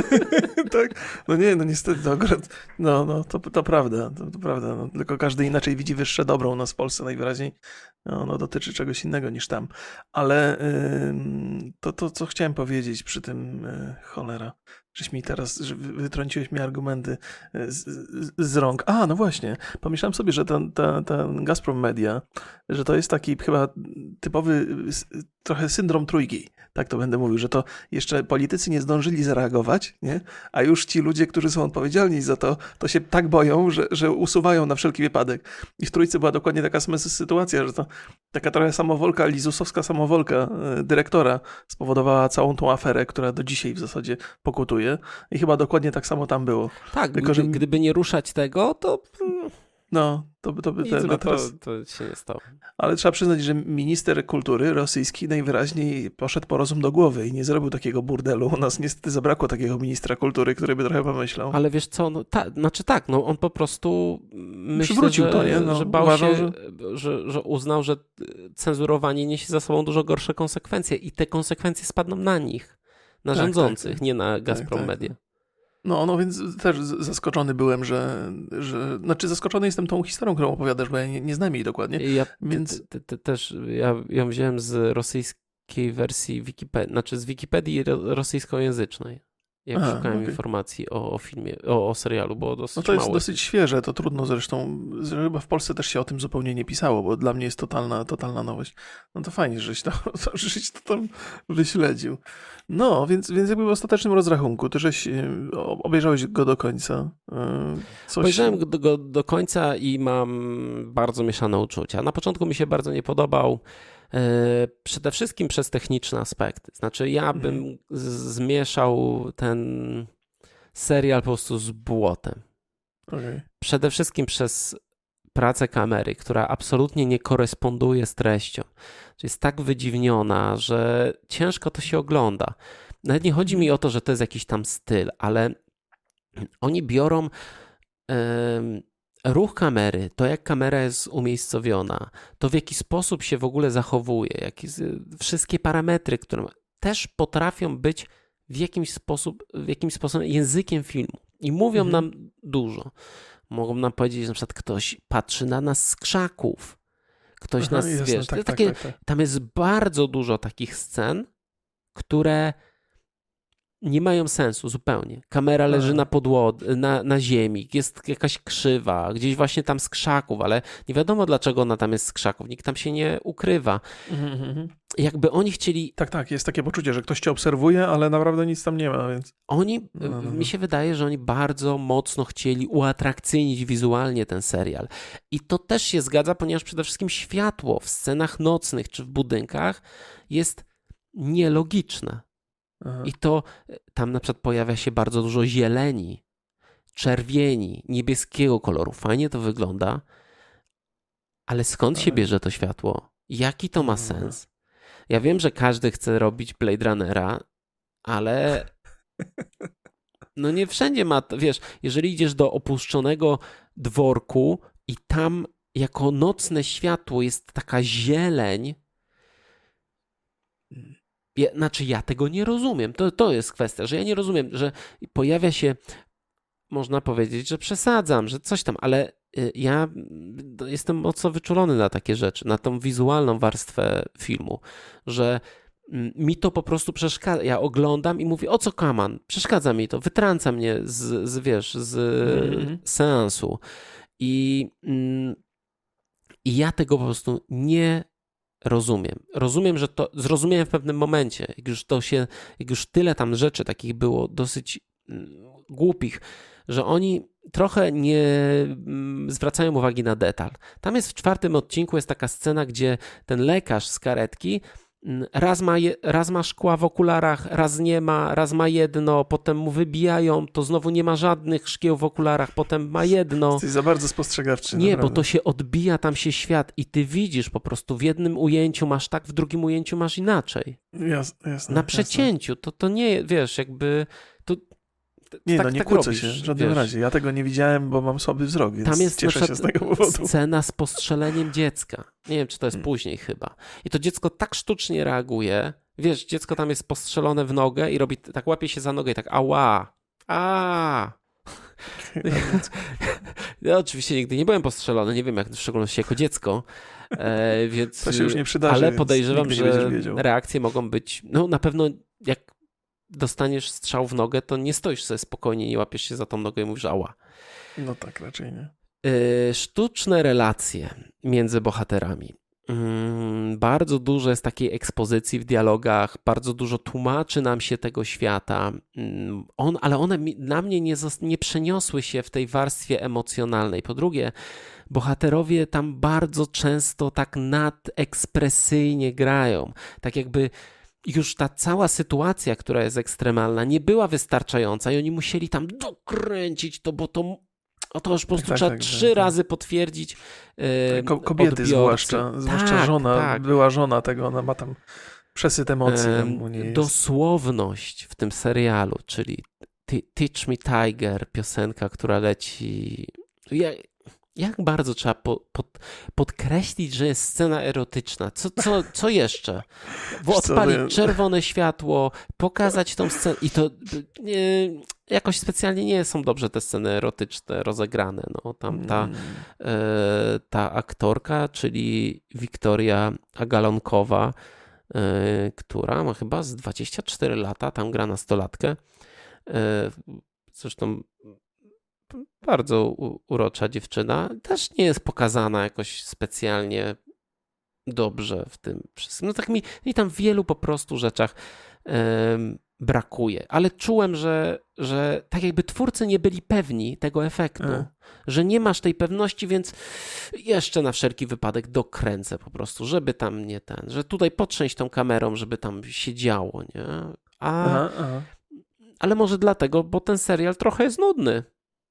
Tak. No nie, no niestety to akurat, to prawda, to prawda. No, tylko każdy inaczej widzi wyższe dobro u nas w Polsce najwyraźniej. No, dotyczy czegoś innego niż tam. Ale to, co chciałem powiedzieć przy tym, cholera, że wytrąciłeś mi argumenty z rąk. No właśnie, pomyślałem sobie, że ten Gazprom Media, że to jest taki chyba typowy trochę syndrom trójki, tak to będę mówił, że to jeszcze politycy nie zdążyli zareagować, nie? A już ci ludzie, którzy są odpowiedzialni za to się tak boją, że usuwają na wszelki wypadek. I w Trójce była dokładnie taka sama sytuacja, że to taka trochę samowolka, lizusowska samowolka dyrektora spowodowała całą tą aferę, która do dzisiaj w zasadzie pokutuje. I chyba dokładnie tak samo tam było. Tak, tylko, że gdyby nie ruszać tego, to... To się nie stało. Ale trzeba przyznać, że minister kultury rosyjski najwyraźniej poszedł po rozum do głowy i nie zrobił takiego burdelu. U nas niestety zabrakło takiego ministra kultury, który by trochę pomyślał. Ale wiesz co, on po prostu przywrócił że bał uważał, się, że uznał, że cenzurowanie niesie za sobą dużo gorsze konsekwencje i te konsekwencje spadną na nich, na rządzących, nie na Gazprom Media. No więc też zaskoczony byłem, znaczy zaskoczony jestem tą historią, którą opowiadasz, bo ja nie znam jej dokładnie. Ja wziąłem z rosyjskiej wersji Wikipedii, znaczy z Wikipedii rosyjskojęzycznej. Jak szukałem informacji o filmie, o serialu, było dosyć mało. To jest dosyć świeże, to trudno zresztą, chyba w Polsce też się o tym zupełnie nie pisało, bo dla mnie jest totalna nowość. No to fajnie, żeś to tam wyśledził. No, więc jakby w ostatecznym rozrachunku, ty żeś obejrzałeś go do końca. Obejrzałem go do końca i mam bardzo mieszane uczucia. Na początku mi się bardzo nie podobał. Przede wszystkim przez techniczne aspekty. Znaczy ja bym zmieszał ten serial po prostu z błotem. Okay. Przede wszystkim przez pracę kamery, która absolutnie nie koresponduje z treścią. Jest tak wydziwniona, że ciężko to się ogląda. Nawet nie chodzi mi o to, że to jest jakiś tam styl, ale oni biorą ruch kamery, to jak kamera jest umiejscowiona, to w jaki sposób się w ogóle zachowuje, wszystkie parametry, które też potrafią być w jakimś sposobem językiem filmu i mówią nam dużo. Mogą nam powiedzieć, że na przykład ktoś patrzy na nas z krzaków, ktoś nas, jasne, wiesz, tak. Tam jest bardzo dużo takich scen, które nie mają sensu zupełnie. Kamera leży na podłodze, na ziemi, jest jakaś krzywa, gdzieś właśnie tam z krzaków, ale nie wiadomo dlaczego ona tam jest z krzaków, nikt tam się nie ukrywa. jakby oni chcieli... Tak, jest takie poczucie, że ktoś cię obserwuje, ale naprawdę nic tam nie ma, więc... Mi się wydaje, że oni bardzo mocno chcieli uatrakcyjnić wizualnie ten serial. I to też się zgadza, ponieważ przede wszystkim światło w scenach nocnych czy w budynkach jest nielogiczne. Aha. I to tam na przykład pojawia się bardzo dużo zieleni, czerwieni, niebieskiego koloru. Fajnie to wygląda, ale skąd się bierze to światło? Jaki to ma sens? Ja wiem, że każdy chce robić Blade Runnera, ale no nie wszędzie ma, wiesz, jeżeli idziesz do opuszczonego dworku i tam jako nocne światło jest taka zieleń, ja tego nie rozumiem. To jest kwestia, że ja nie rozumiem, że pojawia się, można powiedzieć, że przesadzam, że coś tam, ale ja jestem mocno wyczulony na takie rzeczy, na tą wizualną warstwę filmu, że mi to po prostu przeszkadza. Ja oglądam i mówię, o co kaman? Przeszkadza mi to, wytrąca mnie z seansu. I ja tego po prostu nie rozumiem. Rozumiem, że to zrozumiałem w pewnym momencie, jak już tyle tam rzeczy takich było dosyć głupich, że oni trochę nie zwracają uwagi na detal. Tam jest w 4. odcinku jest taka scena, gdzie ten lekarz z karetki raz ma szkła w okularach, raz nie ma, raz ma jedno, potem mu wybijają, to znowu nie ma żadnych szkieł w okularach, potem ma jedno. Jesteś za bardzo spostrzegawczy. Nie, naprawdę. bo to się odbija, tam się świat i ty widzisz po prostu, w jednym ujęciu masz tak, w drugim ujęciu masz inaczej. Jasne, Na przecięciu, to nie, wiesz, jakby... Nie, tak, nie tak kłócę robisz, się w żadnym razie. Ja tego nie widziałem, bo mam słaby wzrok, więc tam jest cieszę się z tego powodu. scena z postrzeleniem dziecka. Nie wiem, czy to jest później chyba. I to dziecko tak sztucznie reaguje. Wiesz, dziecko tam jest postrzelone w nogę i robi, tak łapie się za nogę i tak ała. Ja oczywiście nigdy nie byłem postrzelony, nie wiem jak w szczególności jako dziecko, więc, to się już nie przydarzy, ale podejrzewam, że wiedział. reakcje mogą być, no na pewno jak dostaniesz strzał w nogę, to nie stoisz sobie spokojnie, nie łapiesz się za tą nogę i mówisz ała. No tak, raczej nie. Sztuczne relacje między bohaterami. Bardzo dużo jest takiej ekspozycji w dialogach, bardzo dużo tłumaczy nam się tego świata, ale one na mnie nie przeniosły się w tej warstwie emocjonalnej. Po drugie, bohaterowie tam bardzo często tak nadekspresyjnie grają, tak jakby już ta cała sytuacja, która jest ekstremalna, nie była wystarczająca i oni musieli tam dokręcić to, bo to już po prostu trzeba 3 razy potwierdzić kobiety odbiorcy. zwłaszcza żona, była żona tego, ona ma tam przesyt emocji. Dosłowność w tym serialu, czyli Teach Me Tiger, piosenka, która leci... Jak bardzo trzeba podkreślić, że jest scena erotyczna? Co jeszcze? Odpalić czerwone światło, pokazać tą scenę i to jakoś specjalnie nie są dobrze te sceny erotyczne rozegrane. No, tam ta aktorka, czyli Wiktoria Agalonkowa, która ma chyba z 24 lata, tam gra nastolatkę. Zresztą bardzo urocza dziewczyna. Też nie jest pokazana jakoś specjalnie dobrze w tym wszystkim. No tak mi tam w wielu po prostu rzeczach brakuje. Ale czułem, że tak jakby twórcy nie byli pewni tego efektu. Że nie masz tej pewności, więc jeszcze na wszelki wypadek dokręcę po prostu, żeby tam nie że tutaj potrzęść tą kamerą, żeby tam się działo, nie? Ale może dlatego, bo ten serial trochę jest nudny.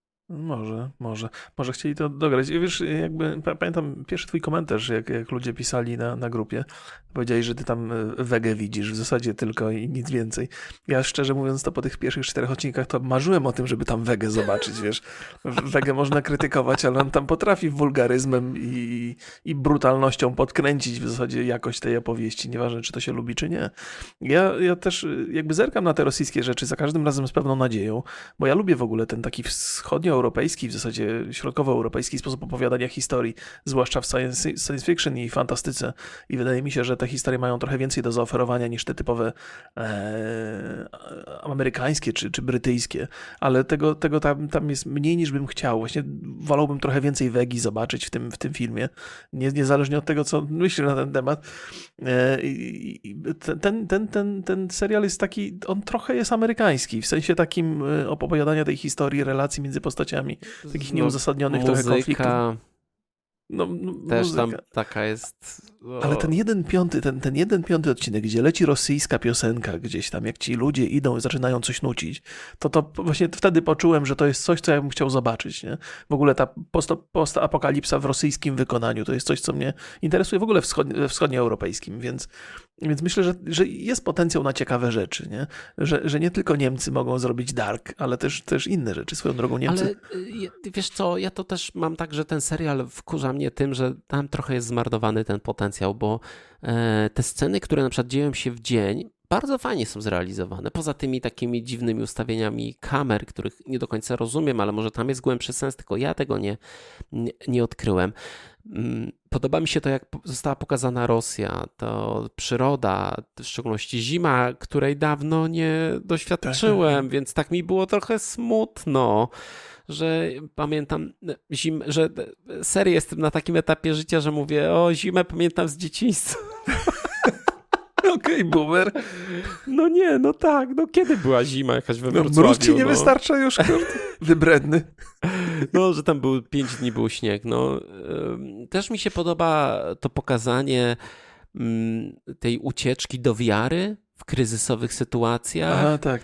Może chcieli to dograć. I wiesz, jakby pamiętam pierwszy twój komentarz, jak ludzie pisali na grupie. Powiedzieli, że ty tam wegę widzisz w zasadzie tylko i nic więcej. Ja szczerze mówiąc, to po tych pierwszych 4 odcinkach to marzyłem o tym, żeby tam wegę zobaczyć, wiesz. Wegę można krytykować, ale on tam potrafi wulgaryzmem i brutalnością podkręcić w zasadzie jakość tej opowieści, nieważne czy to się lubi, czy nie. Ja też jakby zerkam na te rosyjskie rzeczy za każdym razem z pewną nadzieją, bo ja lubię w ogóle ten taki wschodnio wschodnioeuropejski, w zasadzie środkowoeuropejski sposób opowiadania historii, zwłaszcza w science fiction i fantastyce. I wydaje mi się, że te historie mają trochę więcej do zaoferowania niż te typowe amerykańskie czy brytyjskie. Ale tego tam jest mniej niż bym chciał. Właśnie wolałbym trochę więcej wegi zobaczyć w tym filmie. Niezależnie od tego, co myślę na ten temat. Ten serial jest taki, on trochę jest amerykański, w sensie takim opowiadania tej historii, relacji między postaciami, takich nieuzasadnionych trochę konfliktów. Też muzyka. tam taka jest... Ale ten 1/5 odcinek, gdzie leci rosyjska piosenka gdzieś tam, jak ci ludzie idą i zaczynają coś nucić, to właśnie wtedy poczułem, że to jest coś, co ja bym chciał zobaczyć. Nie? W ogóle ta postapokalipsa w rosyjskim wykonaniu to jest coś, co mnie interesuje w ogóle we wschodnioeuropejskim, więc myślę, że jest potencjał na ciekawe rzeczy, nie? Że nie tylko Niemcy mogą zrobić dark, ale też inne rzeczy. Swoją drogą Niemcy... Ale wiesz co, ja to też mam tak, że ten serial wkurza mnie tym, że tam trochę jest zmarnowany ten potencjał, bo te sceny, które na przykład dzieją się w dzień, bardzo fajnie są zrealizowane. Poza tymi takimi dziwnymi ustawieniami kamer, których nie do końca rozumiem, ale może tam jest głębszy sens, tylko ja tego nie odkryłem. Podoba mi się to, jak została pokazana Rosja, to przyroda, w szczególności zima, której dawno nie doświadczyłem, więc tak mi było trochę smutno, że pamiętam że serio jestem na takim etapie życia, że mówię, o zimę pamiętam z dzieciństwa. Okej, boomer. No nie, no tak, no kiedy była zima jakaś we Wrocławiu? Mróz ci nie wystarcza już, wybredny. No, że tam 5 dni był śnieg. No, też mi się podoba to pokazanie tej ucieczki do wiary w kryzysowych sytuacjach. Aha, tak.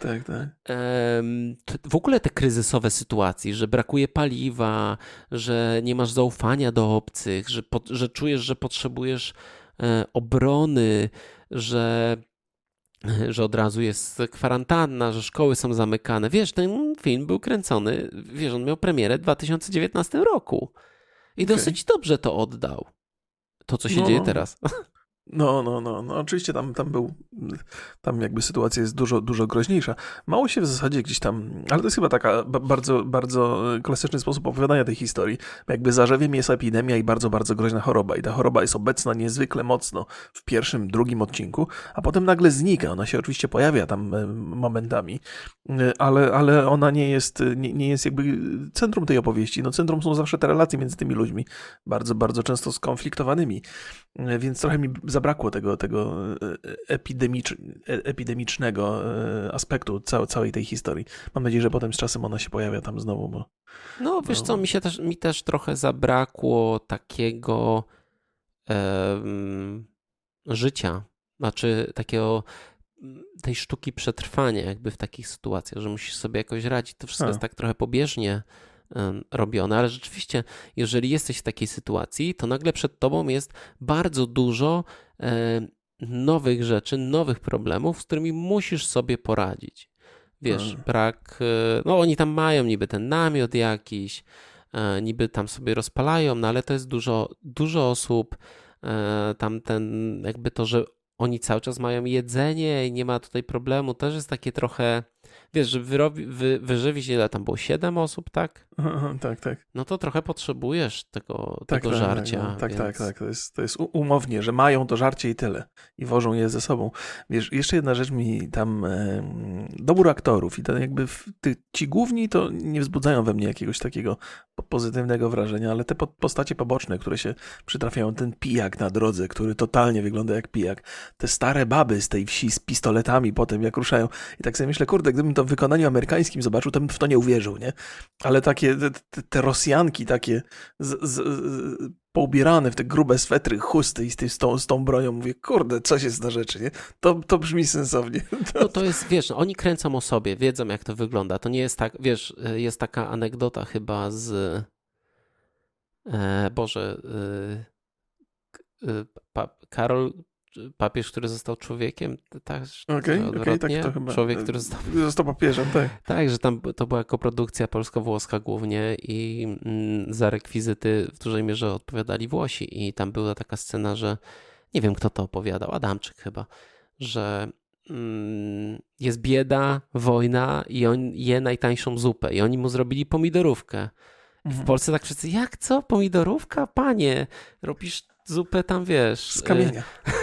W ogóle te kryzysowe sytuacje, że brakuje paliwa, że nie masz zaufania do obcych, że czujesz, że potrzebujesz obrony, że od razu jest kwarantanna, że szkoły są zamykane. Wiesz, ten film był kręcony, wiesz, on miał premierę w 2019 roku i dosyć dobrze to oddał. To, co się dzieje teraz. No, oczywiście tam jakby sytuacja jest dużo groźniejsza. Mało się w zasadzie gdzieś tam, ale to jest chyba taka bardzo, bardzo klasyczny sposób opowiadania tej historii. Jakby zarzewiem jest epidemia i bardzo, bardzo groźna choroba. I ta choroba jest obecna niezwykle mocno w pierwszym, drugim odcinku, a potem nagle znika. Ona się oczywiście pojawia tam momentami, ale ona nie jest jakby centrum tej opowieści. No centrum są zawsze te relacje między tymi ludźmi, bardzo, bardzo często skonfliktowanymi. Więc trochę mi zabrakło tego epidemicznego aspektu całej tej historii. Mam nadzieję, że potem z czasem ona się pojawia tam znowu. No wiesz co, mi też trochę zabrakło takiego życia, znaczy tej sztuki przetrwania jakby w takich sytuacjach, że musisz sobie jakoś radzić. To wszystko jest tak trochę pobieżnie robione, ale rzeczywiście, jeżeli jesteś w takiej sytuacji, to nagle przed tobą jest bardzo dużo nowych rzeczy, nowych problemów, z którymi musisz sobie poradzić. Wiesz, brak, no oni tam mają niby ten namiot jakiś, niby tam sobie rozpalają, no ale to jest dużo osób, tam jakby to, że oni cały czas mają jedzenie i nie ma tutaj problemu, też jest takie trochę, wiesz, że wyżywić, ile tam było? 7 osób, tak? Tak. No to trochę potrzebujesz tego żarcia. Tak. To jest umownie, że mają to żarcie i tyle. I wożą je ze sobą. Wiesz, jeszcze jedna rzecz mi tam, dobór aktorów i to jakby ci główni to nie wzbudzają we mnie jakiegoś takiego pozytywnego wrażenia, ale te postacie poboczne, które się przytrafiają, ten pijak na drodze, który totalnie wygląda jak pijak, te stare baby z tej wsi z pistoletami potem jak ruszają i tak sobie myślę, kurde, gdybym to w wykonaniu amerykańskim zobaczył, to bym w to nie uwierzył, nie? Ale takie te Rosjanki takie poubierane w te grube swetry, chusty i z tą bronią, mówię, kurde, coś jest na rzeczy, nie? To brzmi sensownie. No to jest, wiesz, oni kręcą o sobie, wiedzą jak to wygląda. To nie jest tak, wiesz, jest taka anegdota chyba z Karol, papież, który został człowiekiem, tak? Okej, tak to chyba. Człowiek, który został papieżem, tak. Tak, że tam to była koprodukcja polsko-włoska głównie i za rekwizyty w dużej mierze odpowiadali Włosi i tam była taka scena, że nie wiem kto to opowiadał, Adamczyk chyba, że jest bieda, wojna i on je najtańszą zupę i oni mu zrobili pomidorówkę. W Polsce tak wszyscy, jak co? Pomidorówka? Panie, robisz zupę tam, wiesz... Z kamienia.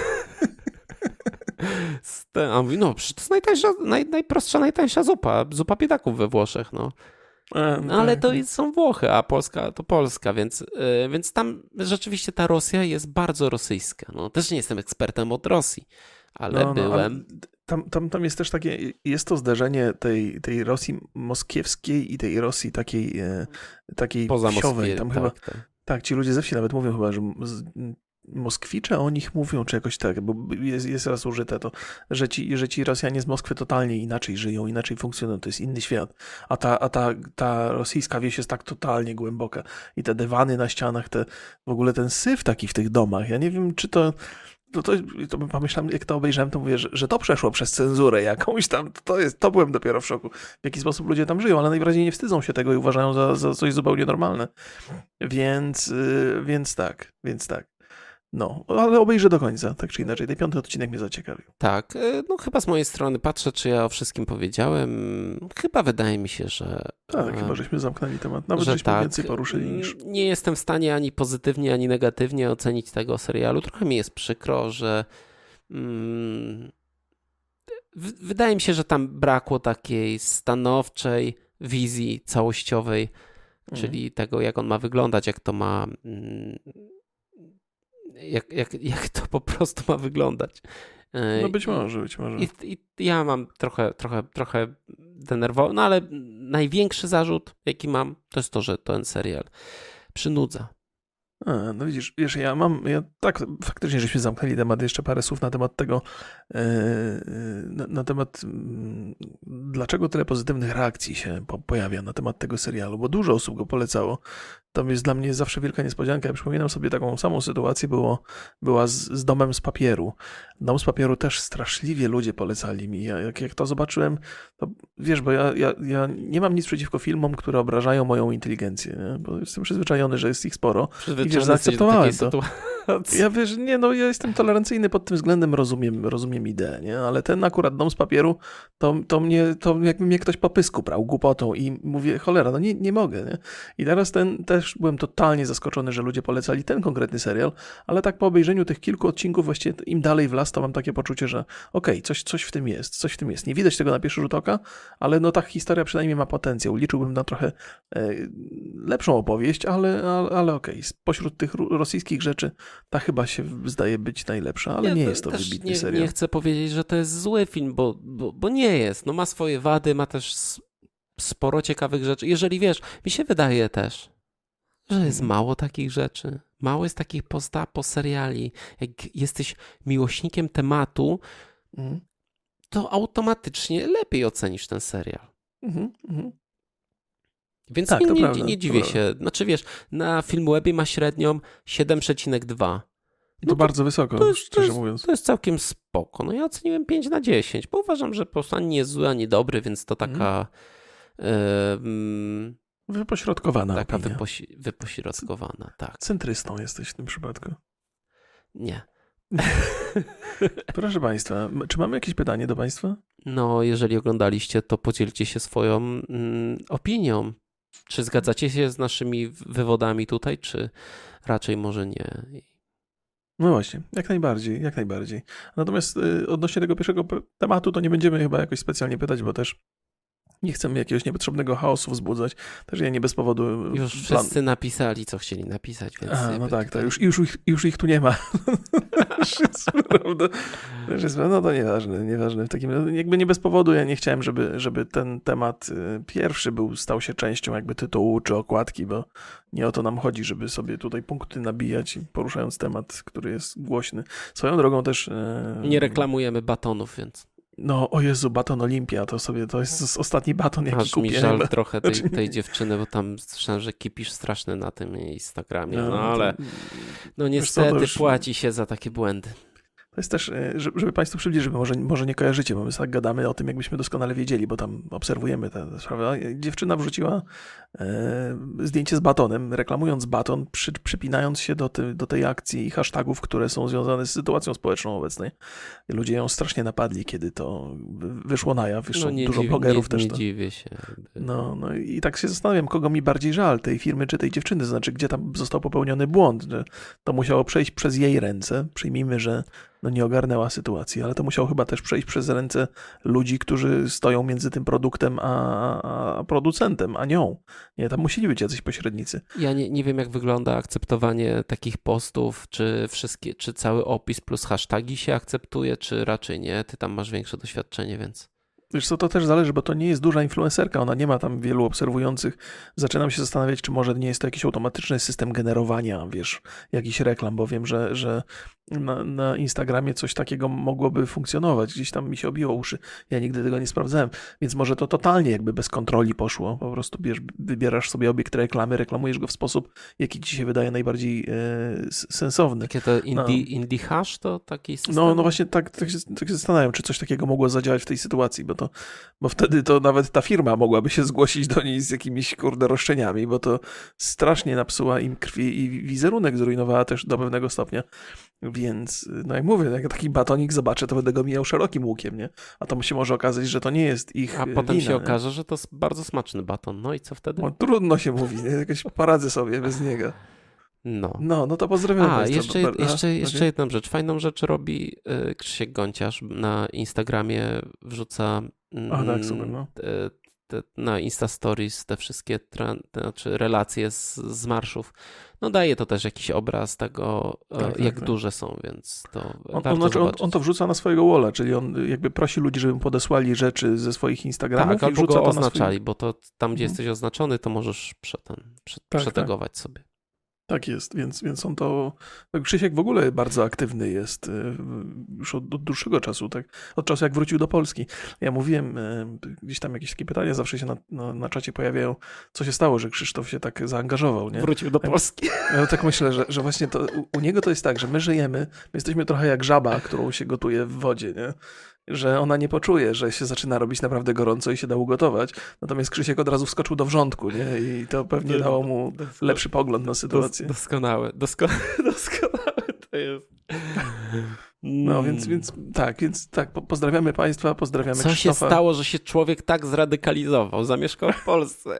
A on mówi, no przecież to jest najprostsza, najtańsza zupa. Zupa biedaków we Włoszech, no. Ale to są Włochy, a Polska to Polska, więc tam rzeczywiście ta Rosja jest bardzo rosyjska. No, też nie jestem ekspertem od Rosji, ale byłem. Tam jest też takie, jest to zderzenie tej Rosji moskiewskiej i tej Rosji takiej wsiowej. Tam chyba, tak, ci ludzie ze wsi nawet mówią chyba, że Moskwicze o nich mówią, czy jakoś tak, bo jest raz użyte to, że ci Rosjanie z Moskwy totalnie inaczej żyją, inaczej funkcjonują, to jest inny świat, a ta rosyjska wieś jest tak totalnie głęboka i te dywany na ścianach, w ogóle ten syf taki w tych domach, ja nie wiem, czy to pomyślałem, jak to obejrzałem, to mówię, że to przeszło przez cenzurę jakąś tam, to byłem dopiero w szoku, w jaki sposób ludzie tam żyją, ale najwyraźniej nie wstydzą się tego i uważają za coś zupełnie normalne, więc tak. No, ale obejrzę do końca, tak czy inaczej. Ten 5. odcinek mnie zaciekawił. Tak, no chyba z mojej strony patrzę, czy ja o wszystkim powiedziałem. Chyba wydaje mi się, że... Tak, chyba żeśmy zamknęli temat. Nawet żeśmy więcej poruszyli niż... Nie jestem w stanie ani pozytywnie, ani negatywnie ocenić tego serialu. Trochę mi jest przykro, że... Wydaje mi się, że tam brakło takiej stanowczej wizji całościowej, czyli tego, jak on ma wyglądać, jak to ma... Jak to po prostu ma wyglądać. No być może. I ja mam trochę denerwował, no ale największy zarzut, jaki mam, to jest to, że ten serial przynudza. No widzisz, ja tak, faktycznie, żeśmy zamknęli temat, jeszcze parę słów na temat tego, na temat dlaczego tyle pozytywnych reakcji się pojawia na temat tego serialu, bo dużo osób go polecało. To jest dla mnie zawsze wielka niespodzianka. Ja przypominam sobie taką samą sytuację była z Domem z papieru. Dom z papieru też straszliwie ludzie polecali mi. Jak to zobaczyłem, to wiesz, bo ja nie mam nic przeciwko filmom, które obrażają moją inteligencję, nie? Bo jestem przyzwyczajony, że jest ich sporo. I wiesz, zaakceptowałem to. Ja wiesz, ja jestem tolerancyjny pod tym względem, rozumiem ideę, nie? Ale ten akurat Dom z papieru, to jakby mnie ktoś po pysku brał głupotą i mówię, cholera, no nie mogę, nie? I teraz też byłem totalnie zaskoczony, że ludzie polecali ten konkretny serial, ale tak po obejrzeniu tych kilku odcinków, właściwie im dalej w las, to mam takie poczucie, że okej, coś w tym jest. Nie widać tego na pierwszy rzut oka, ale no ta historia przynajmniej ma potencjał. Liczyłbym na trochę lepszą opowieść, ale okej. Spośród tych rosyjskich rzeczy ta chyba się zdaje być najlepsza, ale nie jest to wybitny serial. Nie chcę powiedzieć, że to jest zły film, bo nie jest. No ma swoje wady, ma też sporo ciekawych rzeczy. Jeżeli wiesz, mi się wydaje też, że jest mało takich rzeczy. Mało jest takich post-apo seriali. Jak jesteś miłośnikiem tematu, to automatycznie lepiej ocenisz ten serial. Więc tak, nie dziwię się. Znaczy wiesz, na Filmwebie ma średnią 7,2. To bardzo wysoko, szczerze mówiąc. To jest całkiem spoko. No ja oceniłem 5/10, bo uważam, że po prostu ani nie jest zły, ani dobry, więc to taka... wypośrodkowana taka opinia. Wypośrodkowana, tak. Centrystą jesteś w tym przypadku. Nie. Proszę Państwa, czy mamy jakieś pytanie do Państwa? No, jeżeli oglądaliście, to podzielcie się swoją opinią. Czy zgadzacie się z naszymi wywodami tutaj, czy raczej może nie? No właśnie, jak najbardziej. Natomiast odnośnie tego pierwszego tematu, to nie będziemy chyba jakoś specjalnie pytać, bo też nie chcemy jakiegoś niepotrzebnego chaosu wzbudzać. Też ja nie bez powodu... Już wszyscy napisali, co chcieli napisać, więc... no tak, to już ich tu nie ma. No to nieważne. W takim, jakby nie bez powodu ja nie chciałem, żeby ten temat pierwszy stał się częścią jakby tytułu czy okładki, bo nie o to nam chodzi, żeby sobie tutaj punkty nabijać, poruszając temat, który jest głośny. Swoją drogą też... Nie reklamujemy batonów, więc... No, o Jezu, baton Olimpia, to jest ostatni baton, jaki kupię. Aż mi żal trochę tej dziewczyny, bo tam słyszałem, że kipisz straszny na tym Instagramie, no ale no niestety płaci się za takie błędy. To jest też, żeby Państwu przybliżyć, może nie kojarzycie, bo my tak gadamy o tym, jakbyśmy doskonale wiedzieli, bo tam obserwujemy tę sprawę. Dziewczyna wrzuciła zdjęcie z batonem, reklamując baton, przypinając się do tej akcji i hashtagów, które są związane z sytuacją społeczną obecnej. Ludzie ją strasznie napadli, kiedy to wyszło na jaw. Dużo blogerów też. Nie dziwię się. No i tak się zastanawiam, kogo mi bardziej żal, tej firmy czy tej dziewczyny, to znaczy, gdzie tam został popełniony błąd, że to musiało przejść przez jej ręce. Przyjmijmy, że nie ogarnęła sytuacji, ale to musiało chyba też przejść przez ręce ludzi, którzy stoją między tym produktem a producentem, a nią. Nie, tam musieli być jacyś pośrednicy. Ja nie wiem, jak wygląda akceptowanie takich postów, czy cały opis plus hasztagi się akceptuje, czy raczej nie. Ty tam masz większe doświadczenie, więc... Wiesz co, to też zależy, bo to nie jest duża influencerka, ona nie ma tam wielu obserwujących. Zaczynam się zastanawiać, czy może nie jest to jakiś automatyczny system generowania, jakichś reklam, bo wiem, że na Instagramie coś takiego mogłoby funkcjonować. Gdzieś tam mi się obiło uszy, ja nigdy tego nie sprawdzałem, więc może to totalnie jakby bez kontroli poszło. Po prostu wybierasz sobie obiekt reklamy, reklamujesz go w sposób, jaki ci się wydaje najbardziej sensowny. Takie to indie hash to taki system? No właśnie tak się zastanawiam, czy coś takiego mogło zadziałać w tej sytuacji, bo wtedy to nawet ta firma mogłaby się zgłosić do niej z jakimiś roszczeniami, bo to strasznie napsuła im krwi i wizerunek zrujnowała też do pewnego stopnia. Więc, jak mówię, jak taki batonik zobaczę, to będę go mijał szerokim łukiem, nie? A to się może okazać, że to nie jest ich A potem wina, się okaże, że to jest bardzo smaczny baton. No i co wtedy? No, trudno się mówi, nie? Jakoś poradzę sobie bez niego. No to pozdrawiam Państwa. Jeszcze jedną rzecz. Fajną rzecz robi Krzysiek Gonciarz. Na Instagramie wrzuca tak, super, no. na Insta Stories te wszystkie relacje z marszów. No daje to też jakiś obraz tego, jak duże są, więc to warto zobaczyć. On to wrzuca na swojego walla, czyli on jakby prosi ludzi, żeby podesłali rzeczy ze swoich Instagramów tak, i wrzuca albo go to oznaczali, bo to tam, gdzie jesteś oznaczony, to możesz przetegować sobie. Tak jest, więc on to... Krzysiek w ogóle bardzo aktywny jest już od dłuższego czasu, tak? Od czasu jak wrócił do Polski. Ja mówiłem, gdzieś tam jakieś takie pytania zawsze się na czacie pojawiają, co się stało, że Krzysztof się tak zaangażował, nie? Wrócił do Polski. Ja tak myślę, że właśnie to u niego to jest tak, że my żyjemy, my jesteśmy trochę jak żaba, którą się gotuje w wodzie, nie? Że ona nie poczuje, że się zaczyna robić naprawdę gorąco i się da ugotować. Natomiast Krzysiek od razu wskoczył do wrzątku, nie? I to pewnie dało mu lepszy pogląd na sytuację. Doskonałe to jest. No, więc tak, pozdrawiamy Państwa, pozdrawiamy Co Krzysztofa. się stało, że się człowiek tak zradykalizował? Zamieszkał w Polsce.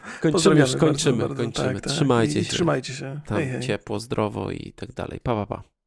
Kończymy. Bardzo. Trzymajcie się. Trzymajcie się. Tam hej. ciepło, zdrowo i tak dalej. Pa.